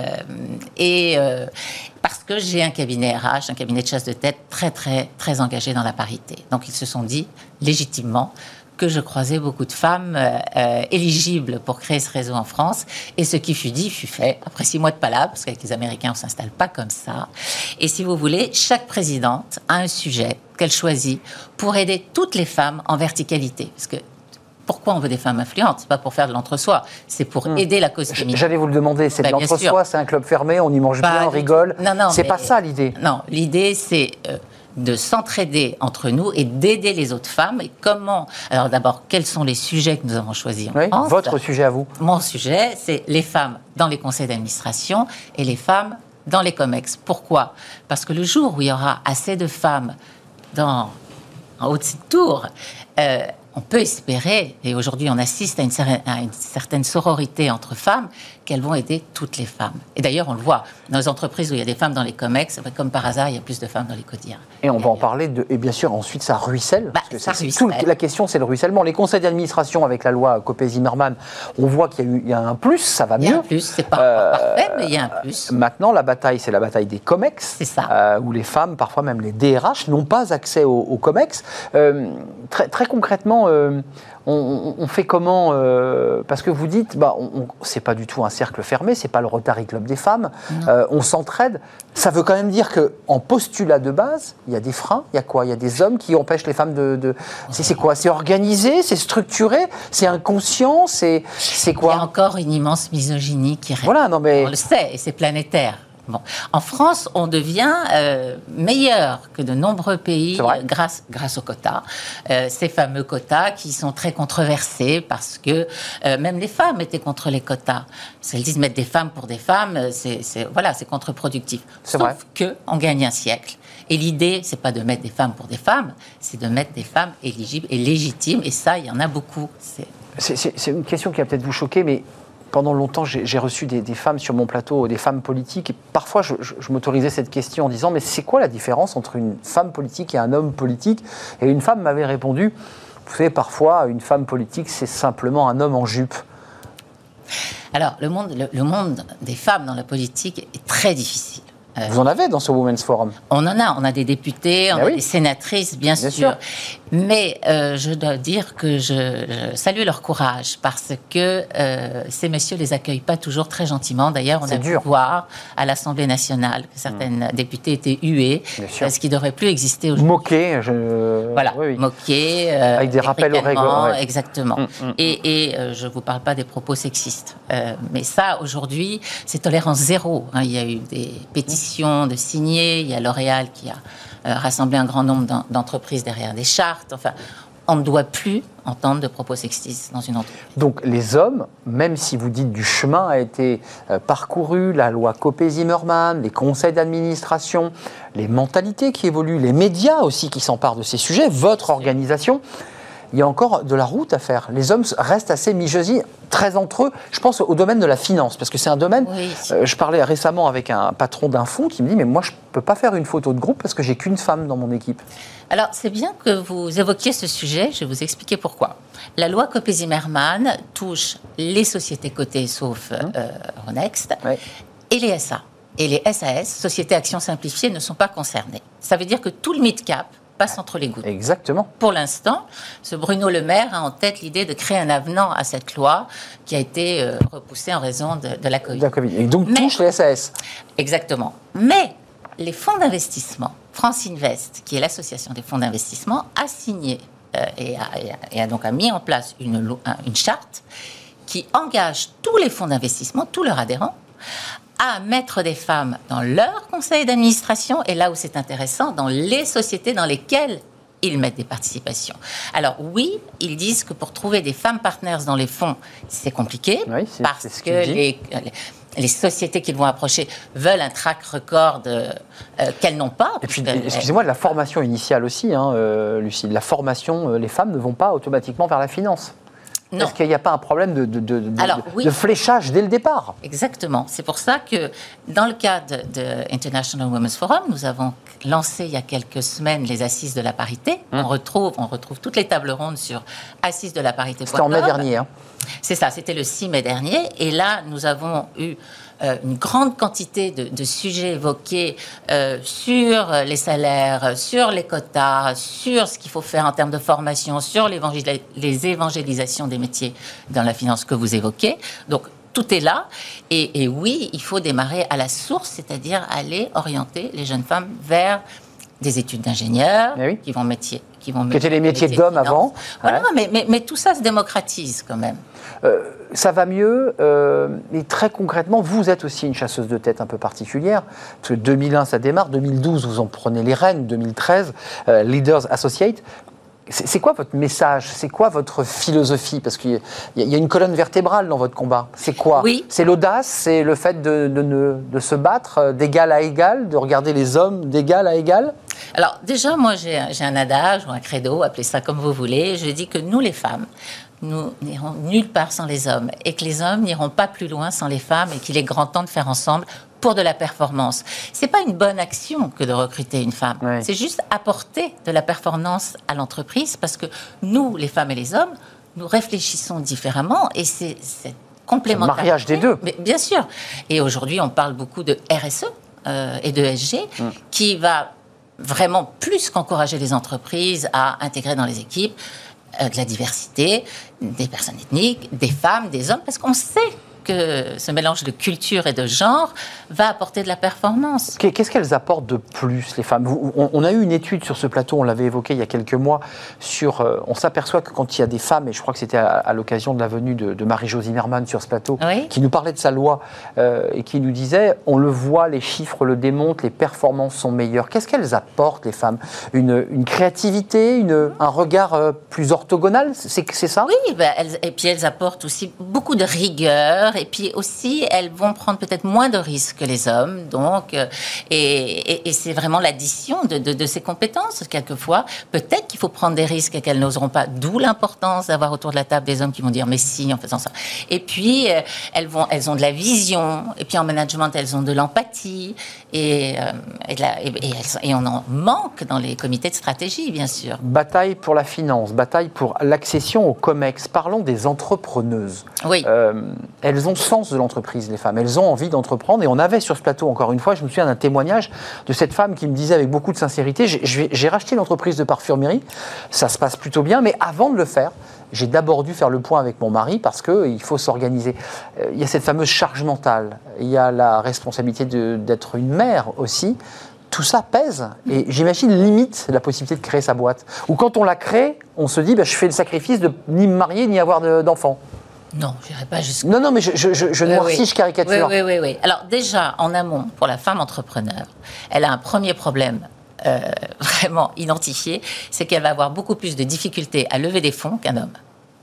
et euh, parce que j'ai un cabinet R H, un cabinet de chasse de tête très, très, très engagé dans la parité. Donc ils se sont dit légitimement que je croisais beaucoup de femmes euh, euh, éligibles pour créer ce réseau en France. Et ce qui fut dit fut fait. Après six mois de palabres, parce qu'avec les Américains, on ne s'installe pas comme ça. Et si vous voulez, chaque présidente a un sujet qu'elle choisit pour aider toutes les femmes en verticalité. Parce que pourquoi on veut des femmes influentes? C'est pas pour faire de l'entre-soi, c'est pour mmh. aider la cause féminine. J'allais vous le demander, c'est bah, de l'entre-soi, c'est un club fermé, on y mange pas bien, on rigole. Non, non, c'est mais... pas ça l'idée. Non, l'idée c'est... Euh, de s'entraider entre nous et d'aider les autres femmes. Et comment... Alors d'abord, quels sont les sujets que nous avons choisis en oui, France? Votre sujet à vous? Mon sujet, c'est les femmes dans les conseils d'administration et les femmes dans les COMEX. Pourquoi? Parce que le jour où il y aura assez de femmes dans, en haut de cette tour, euh, on peut espérer, et aujourd'hui on assiste à une, à une certaine sororité entre femmes, qu'elles vont aider toutes les femmes. Et d'ailleurs, on le voit, dans les entreprises où il y a des femmes dans les COMEX, comme par hasard, il y a plus de femmes dans les quotidiens. Et on va en parler, de, et bien sûr, ensuite, ça ruisselle. Bah, parce que ça c'est, ruisselle. Tout, la question, c'est le ruissellement. Les conseils d'administration, avec la loi Copé-Zimmermann, on voit qu'il y a, eu, il y a un plus, ça va mieux. Il y a un plus, c'est pas euh, parfait, mais il y a un plus. Maintenant, la bataille, c'est la bataille des COMEX. C'est ça. Euh, où les femmes, parfois même les D R H, n'ont pas accès aux, aux COMEX. Euh, très, très concrètement, euh, on, on fait comment euh, parce que vous dites, bah, on, on, c'est pas du tout un cercle fermé, c'est pas le Rotary Club des femmes, euh, on s'entraide. Ça veut quand même dire qu'en postulat de base, il y a des freins, il y a quoi? Il y a des hommes qui empêchent les femmes de... de... C'est, c'est quoi? C'est organisé, c'est structuré, c'est inconscient, c'est, c'est quoi? Il y a encore une immense misogynie qui règne. Voilà, non mais... On le sait, et c'est planétaire. Bon. En France, on devient euh, meilleur que de nombreux pays euh, grâce, grâce aux quotas. Euh, ces fameux quotas qui sont très controversés parce que euh, même les femmes étaient contre les quotas. Parce qu'elles disent mettre des femmes pour des femmes, c'est, c'est, voilà, c'est contre-productif. C'est Sauf vrai. qu'on gagne un siècle. Et l'idée, c'est pas de mettre des femmes pour des femmes, c'est de mettre des femmes éligibles et légitimes. Et ça, il y en a beaucoup. C'est, c'est, c'est, c'est une question qui va peut-être vous choquer, mais... Pendant longtemps, j'ai, j'ai reçu des, des femmes sur mon plateau, des femmes politiques, et parfois je, je, je m'autorisais cette question en disant « mais c'est quoi la différence entre une femme politique et un homme politique ?» Et une femme m'avait répondu « vous savez, parfois, une femme politique, c'est simplement un homme en jupe. » Alors, le monde, le, le monde des femmes dans la politique est très difficile. Vous en avez dans ce Women's Forum? On en a, on a des députés, on Mais a oui. des sénatrices, bien, bien sûr. sûr. Mais euh, je dois dire que je, je salue leur courage parce que euh, ces messieurs les accueillent pas toujours très gentiment. D'ailleurs, on C'est a dur. pu voir à l'Assemblée nationale que certaines mmh. députées étaient huées, euh, ce qui ne devrait plus exister aujourd'hui. Moquées. Je... Voilà, oui, oui. moquées. Euh, Avec des rappels aux règles. Ouais. Exactement. Mmh, mmh, et et euh, je ne vous parle pas des propos sexistes. Euh, mais ça, aujourd'hui, c'est tolérance zéro. Hein. Il y a eu des pétitions de signés, il y a L'Oréal qui a euh, rassemblé un grand nombre d'en, d'entreprises derrière des chartes. Enfin, on ne doit plus entendre de propos sexistes dans une entreprise. Donc les hommes, même si vous dites du chemin a été euh, parcouru, la loi Copé-Zimmermann, les conseils d'administration, les mentalités qui évoluent, les médias aussi qui s'emparent de ces sujets, votre organisation, il y a encore de la route à faire. Les hommes restent assez mijosis, très entre eux. Je pense au domaine de la finance, parce que c'est un domaine... Oui. Euh, je parlais récemment avec un patron d'un fonds qui me dit « Mais moi, je ne peux pas faire une photo de groupe parce que j'ai qu'une femme dans mon équipe. » Alors, c'est bien que vous évoquiez ce sujet. Je vais vous expliquer pourquoi. La loi Copé-Zimmermann touche les sociétés cotées, sauf hum. euh, Euronext, oui. et les S A. Et les S A S, Sociétés Actions Simplifiées, ne sont pas concernées. Ça veut dire que tout le mid-cap passe entre les gouttes. Exactement. Pour l'instant, ce Bruno Le Maire a en tête l'idée de créer un avenant à cette loi qui a été euh, repoussée en raison de, de la Covid. De la Covid. Et donc, Mais, touche les S A S. Exactement. Mais les fonds d'investissement, France Invest, qui est l'association des fonds d'investissement, a signé euh, et, a, et, a, et a donc a mis en place une, une charte qui engage tous les fonds d'investissement, tous leurs adhérents, à mettre des femmes dans leur conseil d'administration et là où c'est intéressant, dans les sociétés dans lesquelles ils mettent des participations. Alors oui, ils disent que pour trouver des femmes partners dans les fonds, c'est compliqué oui, c'est, parce c'est que les, les, les sociétés qu'ils vont approcher veulent un track record euh, qu'elles n'ont pas. Et puis, excusez-moi, de la formation initiale aussi, hein, euh, Lucie. La formation, euh, les femmes ne vont pas automatiquement vers la finance. Non. Est-ce qu'il n'y a pas un problème de, de, de, Alors, de, oui. de fléchage dès le départ ? Exactement. C'est pour ça que, dans le cadre de International Women's Forum, nous avons lancé il y a quelques semaines les Assises de la parité. Hum. On, retrouve, on retrouve toutes les tables rondes sur assises de la parité. C'était en mai dernier. Hein. C'est ça, c'était le six mai dernier. Et là, nous avons eu Euh, une grande quantité de, de sujets évoqués euh, sur les salaires, sur les quotas, sur ce qu'il faut faire en termes de formation, sur l'évangélis- les évangélisations des métiers dans la finance que vous évoquez. Donc, tout est là. Et, et oui, il faut démarrer à la source, c'est-à-dire aller orienter les jeunes femmes vers des études d'ingénieurs oui. qui vont métier, qui vont qui étaient les métiers, métiers d'hommes avant. Voilà, ouais. mais, mais, mais tout ça se démocratise quand même. Euh, ça va mieux, euh, mais très concrètement, vous êtes aussi une chasseuse de tête un peu particulière, parce que deux mille un, ça démarre, deux mille douze, vous en prenez les rênes, deux mille treize, euh, Leaders Associate. C'est, c'est quoi votre message ? C'est quoi votre philosophie ? Parce qu'il y a, il y a une colonne vertébrale dans votre combat. C'est quoi ? Oui. C'est l'audace, c'est le fait de, de, de, de se battre d'égal à égal, de regarder les hommes d'égal à égal ? Alors déjà, moi j'ai, j'ai un adage ou un credo, appelez ça comme vous voulez. Je dis que nous les femmes, nous n'irons nulle part sans les hommes et que les hommes n'iront pas plus loin sans les femmes et qu'il est grand temps de faire ensemble pour de la performance. C'est pas une bonne action que de recruter une femme. Oui. C'est juste apporter de la performance à l'entreprise parce que nous, les femmes et les hommes, nous réfléchissons différemment et c'est, c'est complémentaire. Le mariage des deux. Mais, bien sûr. Et aujourd'hui, on parle beaucoup de R S E euh, et de E S G hum. qui va vraiment plus qu'encourager les entreprises à intégrer dans les équipes euh, de la diversité, des personnes ethniques, des femmes, des hommes, parce qu'on sait que ce mélange de culture et de genre va apporter de la performance. Qu'est-ce qu'elles apportent de plus, les femmes ? On a eu une étude sur ce plateau, on l'avait évoqué il y a quelques mois, sur, euh, on s'aperçoit que quand il y a des femmes, et je crois que c'était à, à l'occasion de la venue de, de Marie-Jo Zimmermann sur ce plateau, oui. qui nous parlait de sa loi euh, et qui nous disait, on le voit, les chiffres le démontrent, les performances sont meilleures. Qu'est-ce qu'elles apportent, les femmes ? une, une créativité, une, un regard euh, plus orthogonal, c'est, c'est ça ? Oui, ben, elles, et puis elles apportent aussi beaucoup de rigueur. Et puis aussi, elles vont prendre peut-être moins de risques que les hommes. Donc, euh, et, et, et c'est vraiment l'addition de, de, de ces compétences. Quelquefois, peut-être qu'il faut prendre des risques et qu'elles n'oseront pas. D'où l'importance d'avoir autour de la table des hommes qui vont dire « mais si » en faisant ça. Et puis, euh, elles, vont, elles ont de la vision. Et puis en management, elles ont de l'empathie. Et, euh, et, de la, et, et, elles, et on en manque dans les comités de stratégie, bien sûr. Bataille pour la finance, bataille pour l'accession au COMEX. Parlons des entrepreneuses. Oui. Euh, elles ont le sens de l'entreprise, les femmes. Elles ont envie d'entreprendre. Et on avait sur ce plateau, encore une fois, je me souviens d'un témoignage de cette femme qui me disait avec beaucoup de sincérité, j'ai, j'ai racheté une entreprise de parfumerie, ça se passe plutôt bien, mais avant de le faire, j'ai d'abord dû faire le point avec mon mari parce qu'il faut s'organiser. Il y a cette fameuse charge mentale, il y a la responsabilité de, d'être une mère aussi. Tout ça pèse et j'imagine limite la possibilité de créer sa boîte. Ou quand on la crée, on se dit bah, je fais le sacrifice de ni me marier ni avoir de, d'enfants. Non, je n'irai pas jusqu'à... Non, non, mais je, je, je, je noircis, oui. je caricature. Oui, oui, oui, oui. Alors déjà, en amont, pour la femme entrepreneur, elle a un premier problème euh, vraiment identifié, c'est qu'elle va avoir beaucoup plus de difficultés à lever des fonds qu'un homme.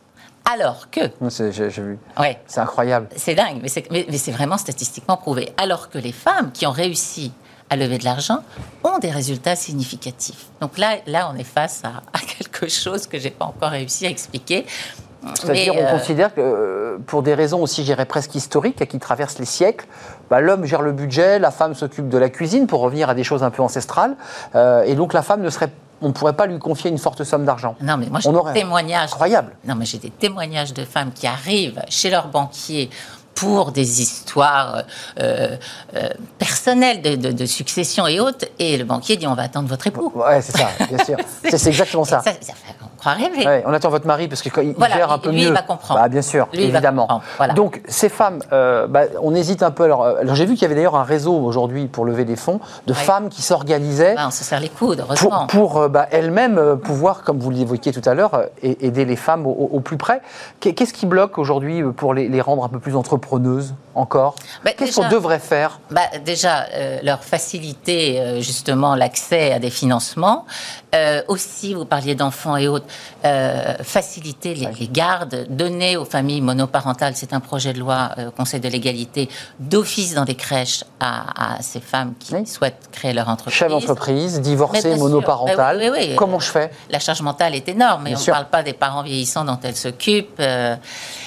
Alors que... C'est, j'ai, j'ai vu. Ouais, c'est incroyable. C'est dingue, mais c'est, mais, mais c'est vraiment statistiquement prouvé. Alors que les femmes qui ont réussi à lever de l'argent ont des résultats significatifs. Donc là, là on est face à, à quelque chose que je n'ai pas encore réussi à expliquer. C'est-à-dire qu'on euh... considère que, pour des raisons aussi, je dirais, presque historiques, qui traversent les siècles, bah, l'homme gère le budget, la femme s'occupe de la cuisine, pour revenir à des choses un peu ancestrales, euh, et donc la femme ne serait, on ne pourrait pas lui confier une forte somme d'argent. Non, mais moi j'ai des témoignages. Incroyable. Non, mais j'ai des témoignages de femmes qui arrivent chez leur banquier pour des histoires euh, euh, personnelles de, de, de succession et autres, et le banquier dit on va attendre votre époux. Ouais, c'est ça, bien sûr. c'est, c'est exactement ça. ça, ça on croit rêver. Ouais, on attend votre mari parce qu'il voilà, gère un peu lui, mieux. Lui, il va comprendre. Bah, bien sûr, lui, évidemment. Voilà. Donc, ces femmes, euh, bah, on hésite un peu. Alors, alors, j'ai vu qu'il y avait d'ailleurs un réseau aujourd'hui pour lever des fonds de ouais. femmes qui s'organisaient. Bah, on se serre les coudes, heureusement. Pour, pour bah, elles-mêmes euh, pouvoir, comme vous l'évoquiez tout à l'heure, euh, aider les femmes au, au plus près. Qu'est-ce qui bloque aujourd'hui pour les, les rendre un peu plus entrepreneuses encore? bah, Qu'est-ce déjà, qu'on devrait faire? bah, Déjà, euh, leur faciliter euh, justement l'accès à des financements. Euh, aussi, vous parliez d'enfants et autres, euh, faciliter les, les gardes, donner aux familles monoparentales, c'est un projet de loi euh, au Conseil de l'égalité, d'office dans des crèches à, à ces femmes qui oui. souhaitent créer leur entreprise. Chef d'entreprise, divorcée, monoparentale. Oui, oui, oui. Comment je fais? La charge mentale est énorme, mais bien on ne sûr. parle pas des parents vieillissants dont elles s'occupent. Euh,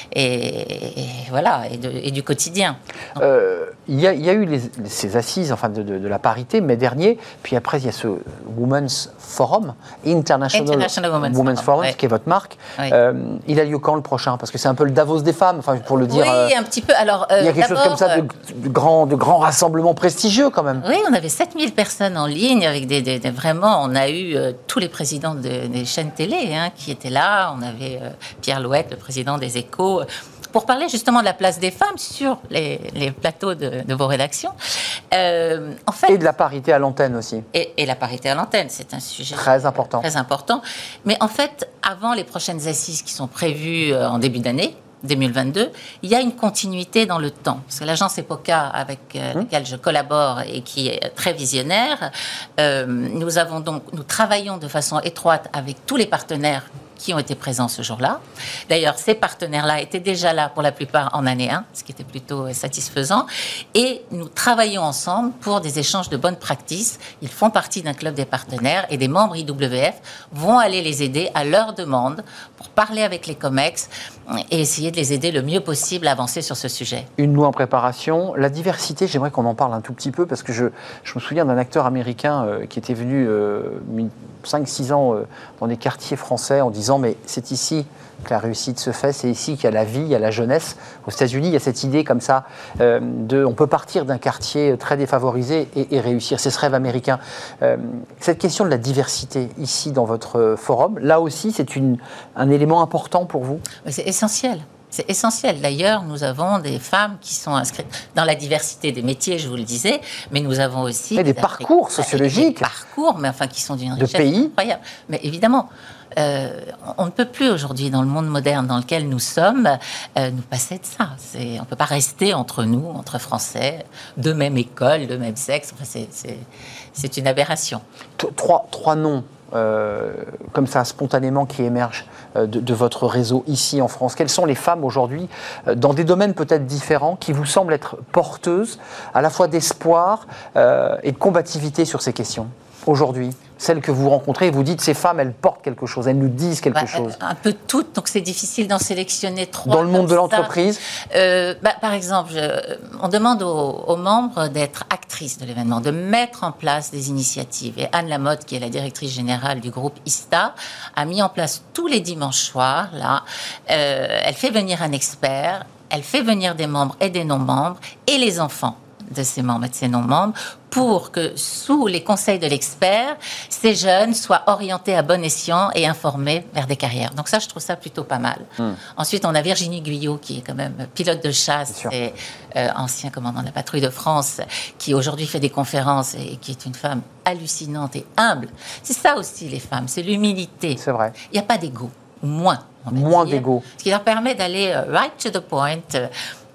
Et, et voilà, et, de, et du quotidien. Euh, il, y a, il y a eu les, ces assises enfin de, de, de la parité, mai dernier, puis après il y a ce Women's Forum, International, International Women's, Women's Forum, ouais. qui est votre marque. Oui. Euh, il a lieu quand le prochain? Parce que c'est un peu le Davos des femmes, enfin, pour le dire. Oui, euh, un petit peu. Alors, euh, il y a quelque chose comme ça de, de grands de grand rassemblements prestigieux quand même. Oui, on avait sept mille personnes en ligne, avec des, des, des vraiment, on a eu euh, tous les présidents de, des chaînes télé hein, qui étaient là. On avait euh, Pierre Louette, le président des Échos, pour parler justement de la place des femmes sur les, les plateaux de, de vos rédactions. Euh, en fait, et de la parité à l'antenne aussi. Et, et la parité à l'antenne, c'est un sujet très important. Très important. Mais en fait, avant les prochaines assises qui sont prévues en début d'année, deux mille vingt-deux, il y a une continuité dans le temps. Parce que l'agence EPOCA, avec euh, mmh. laquelle je collabore et qui est très visionnaire, euh, nous avons donc, nous travaillons de façon étroite avec tous les partenaires qui ont été présents ce jour-là. D'ailleurs, ces partenaires-là étaient déjà là pour la plupart en année un, ce qui était plutôt satisfaisant. Et nous travaillons ensemble pour des échanges de bonnes pratiques. Ils font partie d'un club des partenaires et des membres I W F vont aller les aider à leur demande pour parler avec les COMEX et essayer de les aider le mieux possible à avancer sur ce sujet. Une loi en préparation. La diversité, j'aimerais qu'on en parle un tout petit peu parce que je, je me souviens d'un acteur américain euh, qui était venu euh, cinq six ans euh, dans des quartiers français en disant mais c'est ici que la réussite se fait, c'est ici qu'il y a la vie, il y a la jeunesse. Aux États-Unis, il y a cette idée comme ça euh, de, on peut partir d'un quartier très défavorisé et, et réussir. C'est ce rêve américain. Euh, cette question de la diversité ici dans votre forum, là aussi, c'est une, un élément important pour vous? C'est essentiel. C'est essentiel. D'ailleurs, nous avons des femmes qui sont inscrites dans la diversité des métiers, je vous le disais, mais nous avons aussi... Et des, des parcours sociologiques. Des parcours, mais enfin, qui sont d'une richesse incroyable. Mais évidemment, euh, on ne peut plus aujourd'hui, dans le monde moderne dans lequel nous sommes, euh, nous passer de ça. C'est, on ne peut pas rester entre nous, entre Français, de même école, de même sexe. Enfin, c'est, c'est, c'est une aberration. Trois, trois noms. Euh, comme ça, spontanément, qui émergent euh, de, de votre réseau ici en France. Quelles sont les femmes aujourd'hui, euh, dans des domaines peut-être différents, qui vous semblent être porteuses à la fois d'espoir euh, et de combativité sur ces questions aujourd'hui? Celles que vous rencontrez et vous dites, ces femmes, elles portent quelque chose, elles nous disent quelque bah, chose. Un peu toutes, donc c'est difficile d'en sélectionner trois. Dans le monde de l'entreprise euh, bah, Par exemple, je, on demande aux, aux membres d'être actrices de l'événement, de mettre en place des initiatives. Et Anne Lamotte, qui est la directrice générale du groupe ISTA, a mis en place tous les dimanches soirs, là, euh, elle fait venir un expert, elle fait venir des membres et des non-membres, et les enfants de ces membres et de ces non-membres, pour que, sous les conseils de l'expert, ces jeunes soient orientés à bon escient et informés vers des carrières. Donc ça, je trouve ça plutôt pas mal. Mmh. Ensuite, on a Virginie Guyot, qui est quand même pilote de chasse et euh, ancien commandant de la patrouille de France, qui aujourd'hui fait des conférences et qui est une femme hallucinante et humble. C'est ça aussi, les femmes, c'est l'humilité. C'est vrai. Il n'y a pas d'ego, moins. Moins d'ego. Ce qui leur permet d'aller uh, right to the point, uh,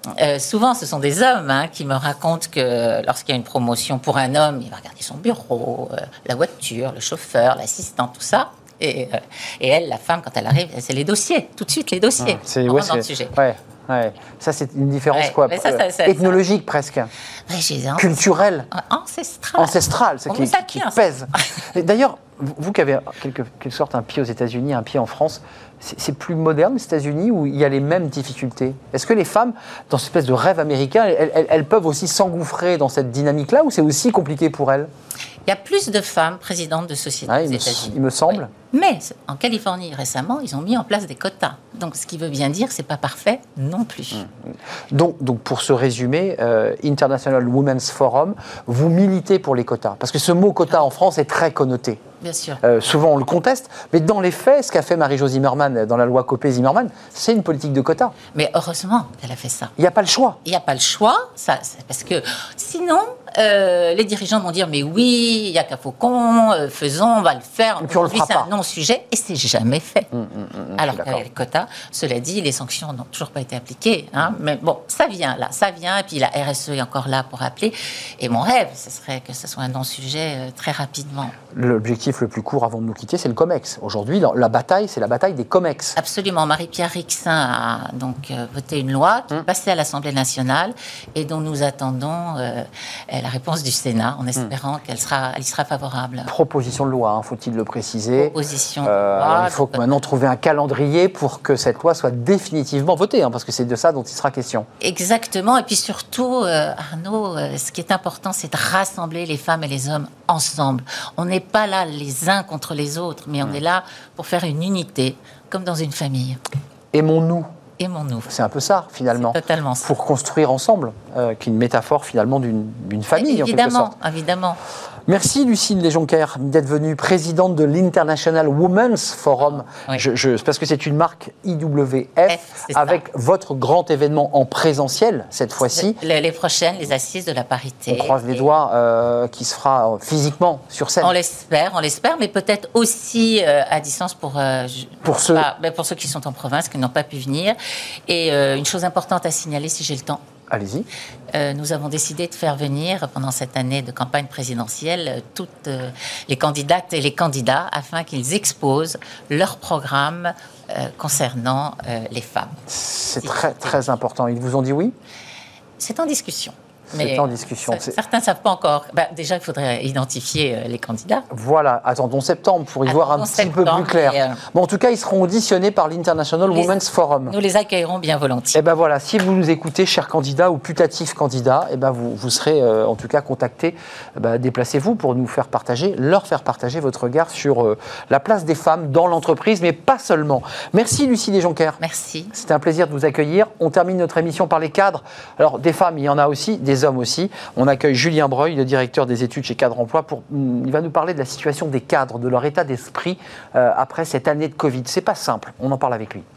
euh, souvent, ce sont des hommes hein, qui me racontent que lorsqu'il y a une promotion pour un homme, il va regarder son bureau, euh, la voiture, le chauffeur, l'assistant, tout ça. Et, euh, et elle, la femme, quand elle arrive, c'est les dossiers, tout de suite les dossiers. Ah, c'est, on ouais, rentre dans le c'est, sujet. Ouais, ouais. Ça, c'est une différence Ouais, quoi, mais ça, ça, ça, ethnologique ça. presque, Ouais, j'ai un- culturelle, ancestrale, ancestrale, c'est On qui, vous acquiert, qui pèse. Et d'ailleurs, vous, vous qui avez quelque, quelque sorte un pied aux États-Unis, un pied en France, c'est, c'est plus moderne les États-Unis où il y a les mêmes difficultés. Est-ce que les femmes, dans cette espèce de rêve américain, elles, elles, elles peuvent aussi s'engouffrer dans cette dynamique-là ou c'est aussi compliqué pour elles? Il y a plus de femmes présidentes de sociétés ah, aux il, me, États-Unis. il me semble. Oui. Mais en Californie, récemment, ils ont mis en place des quotas. Donc, ce qui veut bien dire que ce n'est pas parfait non plus. Mmh. Donc, donc, pour se résumer, euh, International Women's Forum, vous militez pour les quotas. Parce que ce mot quota en France est très connoté. Bien sûr. Euh, souvent, on le conteste. Mais dans les faits, ce qu'a fait Marie-Jo Zimmermann dans la loi Copé-Zimmermann, c'est une politique de quotas. Mais heureusement qu'elle a fait ça. Il n'y a pas le choix. Il n'y a pas le choix, ça, c'est parce que sinon, euh, les dirigeants vont dire mais oui, il n'y a qu'à Faucon, euh, faisons, on va le faire. Et puis on le fera c'est pas. un non-sujet et c'est jamais fait. Mmh, mmh, mmh, Alors qu'avec les quotas, cela dit, les sanctions n'ont toujours pas été appliquées. Hein, mais bon, ça vient là, ça vient. Et puis la R S E est encore là pour appeler. Et mon rêve, ce serait que ce soit un non-sujet euh, très rapidement. L'objectif le plus court avant de nous quitter, c'est le COMEX. Aujourd'hui, la bataille, c'est la bataille des COMEX. Absolument. Marie-Pierre Rixain a donc euh, voté une loi qui est passée à l'Assemblée nationale et dont nous attendons euh, la réponse du Sénat en espérant mmh. qu'elle sera, elle y sera favorable. Proposition de loi, hein, faut-il le préciser. Proposition euh, de loi. Il faut que maintenant trouver un calendrier pour que cette loi soit définitivement votée, hein, parce que c'est de ça dont il sera question. Exactement. Et puis surtout, euh, Arnaud, euh, ce qui est important, c'est de rassembler les femmes et les hommes ensemble. On n'est pas là les uns contre les autres, mais on mmh. est là pour faire une unité, comme dans une famille. Aimons-nous. Aimons-nous. C'est un peu ça, finalement. C'est totalement ça. Pour construire ensemble, euh, qui est une métaphore, finalement, d'une, d'une famille, évidemment, en quelque sorte. Évidemment. Merci, Lucille Lesjoncker, d'être venue présidente de l'International Women's Forum. Oui. Je, je, parce que c'est une marque I W F, F, avec ça. Votre grand événement en présentiel, cette fois-ci. Les, les prochaines, les assises de la parité. On croise les doigts, euh, qui se fera physiquement sur scène. On l'espère, on l'espère, mais peut-être aussi euh, à distance pour, euh, pour, ceux... Pas, ben pour ceux qui sont en province, qui n'ont pas pu venir. Et euh, une chose importante à signaler, si j'ai le temps. Allez-y. Euh, nous avons décidé de faire venir, pendant cette année de campagne présidentielle, toutes euh, les candidates et les candidats afin qu'ils exposent leur programme euh, concernant euh, les femmes. C'est si très, très important. Ils vous ont dit oui ? C'est en discussion. C'est Mais en discussion. C'est... Certains ne savent pas encore. Ben, déjà, il faudrait identifier euh, les candidats. Voilà, attendons septembre pour y Attendons voir un petit peu plus clair. Euh... Bon, en tout cas, ils seront auditionnés par l'International les... Women's Forum. Nous les accueillerons bien volontiers. Et ben voilà, si vous nous écoutez, chers candidats ou putatifs candidats, et ben vous, vous serez euh, en tout cas contactés. Ben, déplacez-vous pour nous faire partager, leur faire partager votre regard sur euh, la place des femmes dans l'entreprise, mais pas seulement. Merci, Lucie Lesjoncker. Merci. C'était un plaisir de vous accueillir. On termine notre émission par les cadres. Alors, des femmes, il y en a aussi, des hommes aussi. On accueille Julien Breuil, le directeur des études chez Cadre Emploi. Pour, il va nous parler de la situation des cadres, de leur état d'esprit euh, après cette année de Covid. C'est pas simple, on en parle avec lui.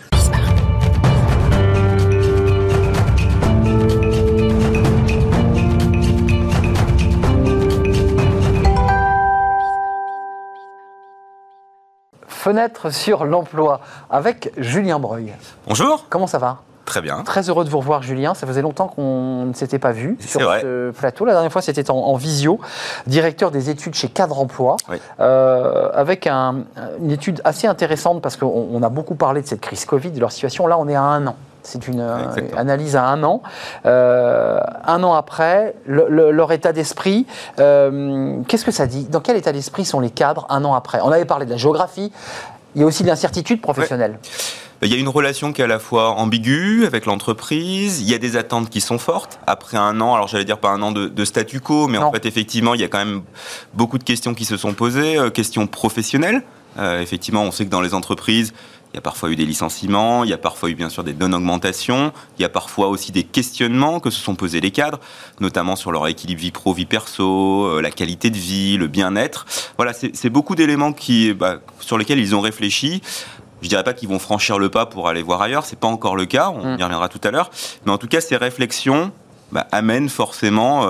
Fenêtre sur l'emploi avec Julien Breuil. Bonjour. Comment ça va ? Très bien. Très heureux de vous revoir, Julien. Ça faisait longtemps qu'on ne s'était pas vu C'est sur vrai. ce plateau. La dernière fois, c'était en, en visio. Directeur des études chez Cadre Emploi, oui. euh, avec un, une étude assez intéressante parce qu'on on a beaucoup parlé de cette crise Covid, de leur situation. Là, on est à un an. C'est une euh, analyse à un an. Euh, un an après, le, le, leur état d'esprit, euh, qu'est-ce que ça dit ? Dans quel état d'esprit sont les cadres un an après ? On avait parlé de la géographie. Il y a aussi de l'incertitude professionnelle. Ouais. Il y a une relation qui est à la fois ambiguë avec l'entreprise, il y a des attentes qui sont fortes. Après un an, alors j'allais dire pas un an de, de statu quo, mais non. En fait, effectivement, il y a quand même beaucoup de questions qui se sont posées, euh, questions professionnelles. Euh, effectivement, on sait que dans les entreprises, il y a parfois eu des licenciements, il y a parfois eu bien sûr des non-augmentations, il y a parfois aussi des questionnements que se sont posés les cadres, notamment sur leur équilibre vie pro, vie perso, euh, la qualité de vie, le bien-être. Voilà, c'est, c'est beaucoup d'éléments qui, bah, sur lesquels ils ont réfléchi. Je ne dirais pas qu'ils vont franchir le pas pour aller voir ailleurs, ce n'est pas encore le cas, on mmh. y reviendra tout à l'heure. Mais en tout cas, ces réflexions bah, amènent forcément euh,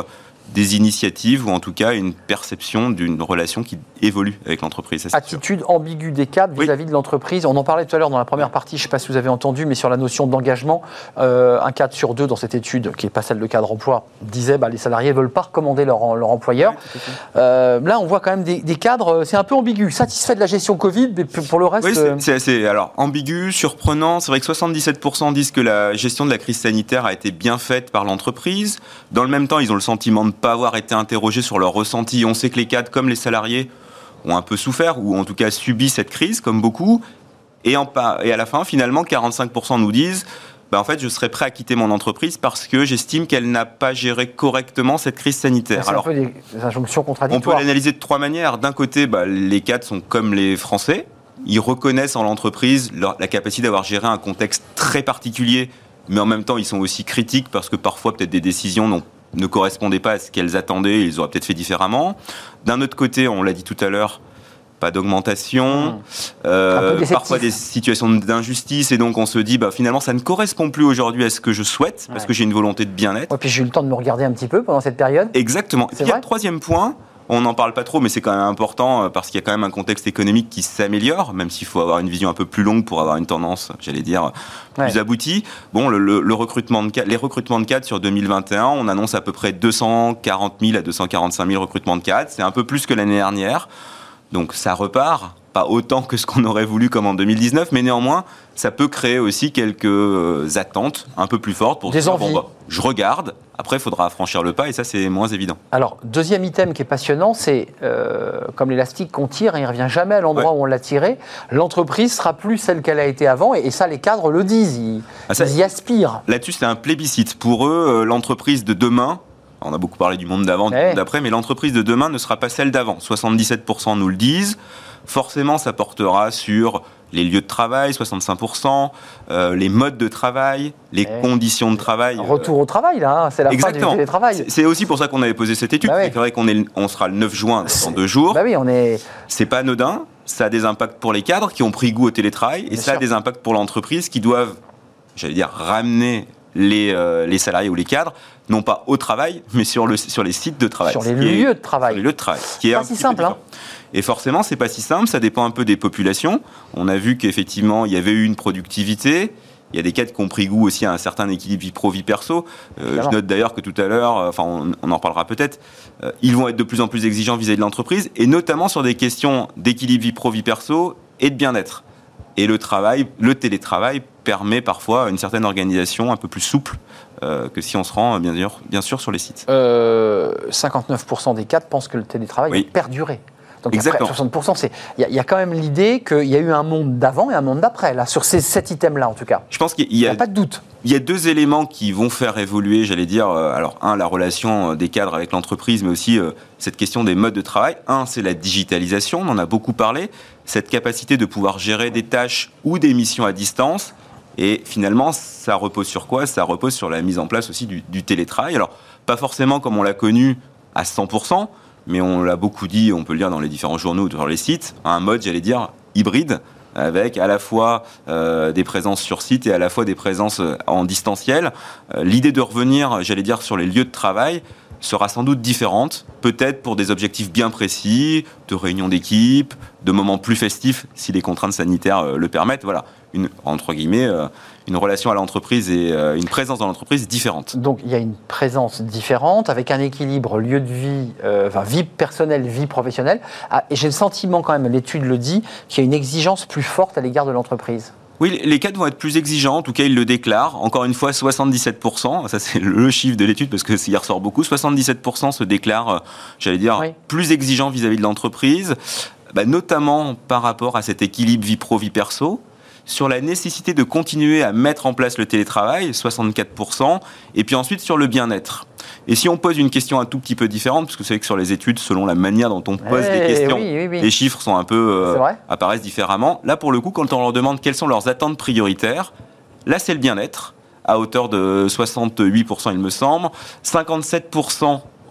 des initiatives ou en tout cas une perception d'une relation qui évolue avec l'entreprise. Ça, Attitude sûr. ambiguë des cadres vis-à-vis oui. de l'entreprise. On en parlait tout à l'heure dans la première partie, je ne sais pas si vous avez entendu, mais sur la notion d'engagement, euh, un cadre sur deux dans cette étude, qui n'est pas celle de cadre emploi, disait bah, les salariés ne veulent pas recommander leur, leur employeur. Oui, euh, là, on voit quand même des, des cadres, c'est un peu ambigu, satisfait de la gestion Covid, mais pour le reste... Oui, c'est, c'est assez alors, ambigu, surprenant. C'est vrai que soixante-dix-sept pour cent disent que la gestion de la crise sanitaire a été bien faite par l'entreprise. Dans le même temps, ils ont le sentiment de pas avoir été interrogés sur leur ressenti. On sait que les cadres, comme les salariés, ont un peu souffert, ou en tout cas subi cette crise, comme beaucoup. Et, en, et à la fin, finalement, quarante-cinq pour cent nous disent bah, en fait, je serais prêt à quitter mon entreprise parce que j'estime qu'elle n'a pas géré correctement cette crise sanitaire. C'est Alors, un peu des, des injonctions contradictoires. On peut l'analyser de trois manières. D'un côté, bah, les cadres sont comme les Français. Ils reconnaissent en l'entreprise leur, la capacité d'avoir géré un contexte très particulier, mais en même temps, ils sont aussi critiques parce que parfois, peut-être des décisions n'ont ne correspondaient pas à ce qu'elles attendaient, ils auraient peut-être fait différemment. D'un autre côté, on l'a dit tout à l'heure, pas d'augmentation, mmh. euh, parfois des situations d'injustice, et donc on se dit, bah, finalement, ça ne correspond plus aujourd'hui à ce que je souhaite, parce ouais. que j'ai une volonté de bien-être. Ouais, puis j'ai eu le temps de me regarder un petit peu pendant cette période. Exactement. Et puis il y a le troisième point, on n'en parle pas trop, mais c'est quand même important, parce qu'il y a quand même un contexte économique qui s'améliore, même s'il faut avoir une vision un peu plus longue pour avoir une tendance, j'allais dire, plus ouais. aboutie. Bon, le, le, le recrutement de cadres, les recrutements de cadres sur deux mille vingt et un, on annonce à peu près deux cent quarante mille à deux cent quarante-cinq mille recrutements de cadres. C'est un peu plus que l'année dernière. Donc ça repart, pas autant que ce qu'on aurait voulu comme en deux mille dix-neuf, mais néanmoins, ça peut créer aussi quelques attentes un peu plus fortes pour des dire, envies. Bon, bah, je regarde, après il faudra franchir le pas et ça c'est moins évident. Alors, deuxième item qui est passionnant, c'est euh, comme l'élastique qu'on tire et il ne revient jamais à l'endroit ouais. où on l'a tiré, l'entreprise sera plus celle qu'elle a été avant et, et ça les cadres le disent, ils, ah, ça, ils y aspirent. Là-dessus c'est un plébiscite. Pour eux, euh, l'entreprise de demain, on a beaucoup parlé du monde d'avant, du ouais. monde d'après, mais l'entreprise de demain ne sera pas celle d'avant. soixante-dix-sept pour cent nous le disent. Forcément, ça portera sur les lieux de travail, soixante-cinq pour cent, euh, les modes de travail, les ouais. conditions de travail. Retour au travail, là, hein, c'est la Exactement. fin du télétravail. C'est, c'est aussi pour ça qu'on avait posé cette étude. Bah ouais. C'est vrai qu'on est, on sera le neuf juin dans deux jours. Bah oui, on est... C'est pas anodin. Ça a des impacts pour les cadres qui ont pris goût au télétravail. Bien et ça sûr. a des impacts pour l'entreprise qui doivent, j'allais dire, ramener les, euh, les salariés ou les cadres, non pas au travail, mais sur, le, sur les sites de travail. Sur les lieux est, de travail. Sur les lieux de travail. Qui est pas si simple, hein. Et forcément, c'est pas si simple, ça dépend un peu des populations. On a vu qu'effectivement, il y avait eu une productivité. Il y a des cadres qui ont pris goût aussi à un certain équilibre vie pro, vie perso. Euh, je note d'ailleurs que tout à l'heure, enfin, on, on en reparlera peut-être, euh, ils vont être de plus en plus exigeants vis-à-vis de l'entreprise, et notamment sur des questions d'équilibre vie pro, vie perso et de bien-être. Et le travail, le télétravail permet parfois une certaine organisation un peu plus souple euh, que si on se rend bien sûr, bien sûr sur les sites. Euh, cinquante-neuf pour cent des cadres pensent que le télétravail oui. a perduré. Donc Exactement. Après, soixante pour cent, il y, y a quand même l'idée qu'il y a eu un monde d'avant et un monde d'après, là, sur ces, cet item-là en tout cas. Je pense qu'il y a, il y a pas de doute. Il y a deux éléments qui vont faire évoluer, j'allais dire, euh, alors un, la relation des cadres avec l'entreprise, mais aussi euh, cette question des modes de travail. Un, c'est la digitalisation, on en a beaucoup parlé, cette capacité de pouvoir gérer des tâches ou des missions à distance. Et finalement, ça repose sur quoi ? Ça repose sur la mise en place aussi du, du télétravail. Alors, pas forcément comme on l'a connu à cent pour cent, mais on l'a beaucoup dit, on peut le lire dans les différents journaux ou sur les sites, un mode, j'allais dire, hybride, avec à la fois euh, des présences sur site et à la fois des présences en distanciel. Euh, l'idée de revenir, j'allais dire, sur les lieux de travail sera sans doute différente, peut-être pour des objectifs bien précis, de réunions d'équipe, de moments plus festifs, si les contraintes sanitaires euh, le permettent. Voilà, une, entre guillemets, euh, une relation à l'entreprise et euh, une présence dans l'entreprise différente. Donc il y a une présence différente, avec un équilibre lieu de vie, euh, enfin vie personnelle, vie professionnelle. Ah, et j'ai le sentiment quand même, l'étude le dit, qu'il y a une exigence plus forte à l'égard de l'entreprise. Oui, les cadres vont être plus exigeants, en tout cas ils le déclarent. Encore une fois, soixante-dix-sept pour cent, ça c'est le chiffre de l'étude parce qu'il ressort beaucoup, soixante-dix-sept pour cent se déclarent, j'allais dire, oui. plus exigeants vis-à-vis de l'entreprise, bah, notamment par rapport à cet équilibre vie pro, vie perso, sur la nécessité de continuer à mettre en place le télétravail, soixante-quatre pour cent, et puis ensuite sur le bien-être. Et si on pose une question un tout petit peu différente, parce que vous savez que sur les études, selon la manière dont on pose hey, les questions, oui, oui, oui. les chiffres sont un peu euh, apparaissent différemment. Là, pour le coup, quand on leur demande quelles sont leurs attentes prioritaires, là, c'est le bien-être, à hauteur de soixante-huit pour cent, il me semble, cinquante-sept pour cent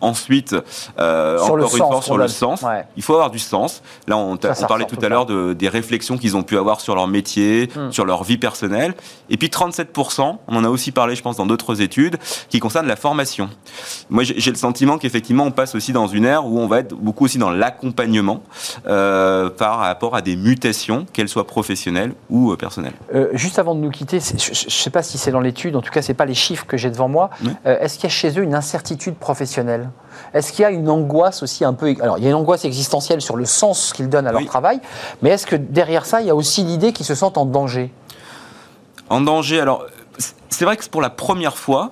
Ensuite, euh, encore une fois, sur le sens, ouais. il faut avoir du sens. Là, on, ça, on parlait tout à l'heure de, des réflexions qu'ils ont pu avoir sur leur métier, mm. sur leur vie personnelle. Et puis trente-sept pour cent, on en a aussi parlé, je pense, dans d'autres études, qui concernent la formation. Moi, j'ai, j'ai le sentiment qu'effectivement, on passe aussi dans une ère où on va être beaucoup aussi dans l'accompagnement euh, par rapport à des mutations, qu'elles soient professionnelles ou euh, personnelles. Euh, juste avant de nous quitter, je ne sais pas si c'est dans l'étude, en tout cas, ce n'est pas les chiffres que j'ai devant moi. Mm. Euh, est-ce qu'il y a chez eux une incertitude professionnelle ? Est-ce qu'il y a une angoisse aussi un peu... Alors, il y a une angoisse existentielle sur le sens qu'ils donnent à leur oui. travail, mais est-ce que derrière ça, il y a aussi l'idée qu'ils se sentent en danger ? En danger, alors, c'est vrai que pour la première fois,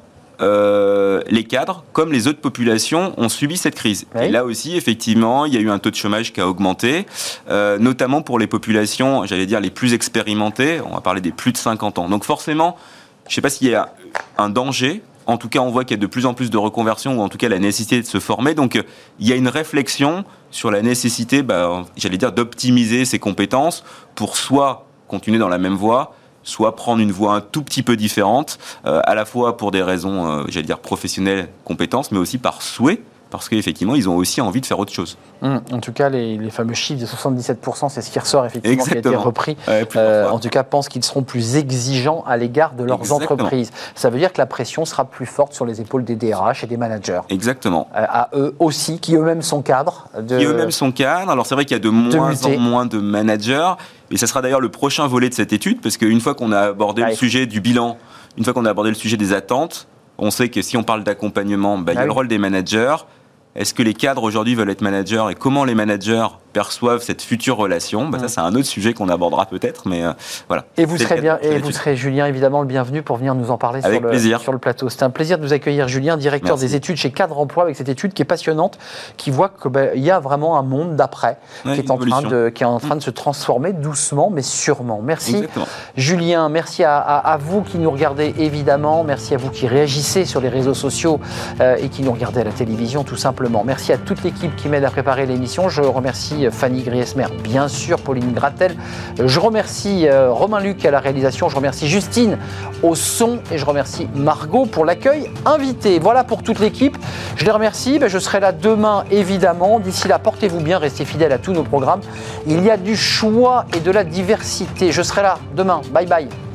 euh, les cadres, comme les autres populations, ont subi cette crise. Oui. Et là aussi, effectivement, il y a eu un taux de chômage qui a augmenté, euh, notamment pour les populations, j'allais dire, les plus expérimentées. On va parler des plus de cinquante ans. Donc forcément, je ne sais pas s'il y a un danger. En tout cas, on voit qu'il y a de plus en plus de reconversions, ou en tout cas la nécessité de se former. Donc, euh, il y a une réflexion sur la nécessité, bah, j'allais dire, d'optimiser ses compétences pour soit continuer dans la même voie, soit prendre une voie un tout petit peu différente, euh, à la fois pour des raisons, euh, j'allais dire, professionnelles, compétences, mais aussi par souhait, parce qu'effectivement, ils ont aussi envie de faire autre chose. Mmh. En tout cas, les, les fameux chiffres de soixante-dix-sept pour cent, c'est ce qui ressort effectivement, Exactement. qui a été repris. Ouais, euh, en tout cas, pensent qu'ils seront plus exigeants à l'égard de leurs Exactement. entreprises. Ça veut dire que la pression sera plus forte sur les épaules des D R H et des managers. Exactement. Euh, à eux aussi, qui eux-mêmes sont cadres. De... Qui eux-mêmes sont cadres. Alors c'est vrai qu'il y a de moins de en moins de managers. Et ça sera d'ailleurs le prochain volet de cette étude, parce qu'une fois qu'on a abordé ouais. le sujet du bilan, une fois qu'on a abordé le sujet des attentes, on sait que si on parle d'accompagnement, bah, il y a ah oui. le rôle des managers. Est-ce que les cadres aujourd'hui veulent être managers et comment les managers perçoivent cette future relation ? bah, mmh. Ça, c'est un autre sujet qu'on abordera peut-être, mais euh, voilà. Et vous serez bien, et vous serez Julien évidemment le bienvenu pour venir nous en parler sur le, sur le plateau. C'était un plaisir de vous accueillir, Julien, directeur Merci. des études chez Cadre Emploi, avec cette étude qui est passionnante, qui voit qu'il bah, y a vraiment un monde d'après ouais, qui, est en train de, qui est en train mmh. de se transformer doucement, mais sûrement. Merci, Exactement. Julien. Merci à, à, à vous qui nous regardez évidemment. Merci à vous qui réagissez sur les réseaux sociaux euh, et qui nous regardez à la télévision, tout simplement. Merci à toute l'équipe qui m'aide à préparer l'émission. Je remercie Fanny Griesmer, bien sûr, Pauline Gratel. Je remercie euh, Romain Luc à la réalisation. Je remercie Justine au son et je remercie Margot pour l'accueil invité. Voilà pour toute l'équipe. Je les remercie. Ben, je serai là demain, évidemment. D'ici là, portez-vous bien, restez fidèles à tous nos programmes. Il y a du choix et de la diversité. Je serai là demain. Bye bye.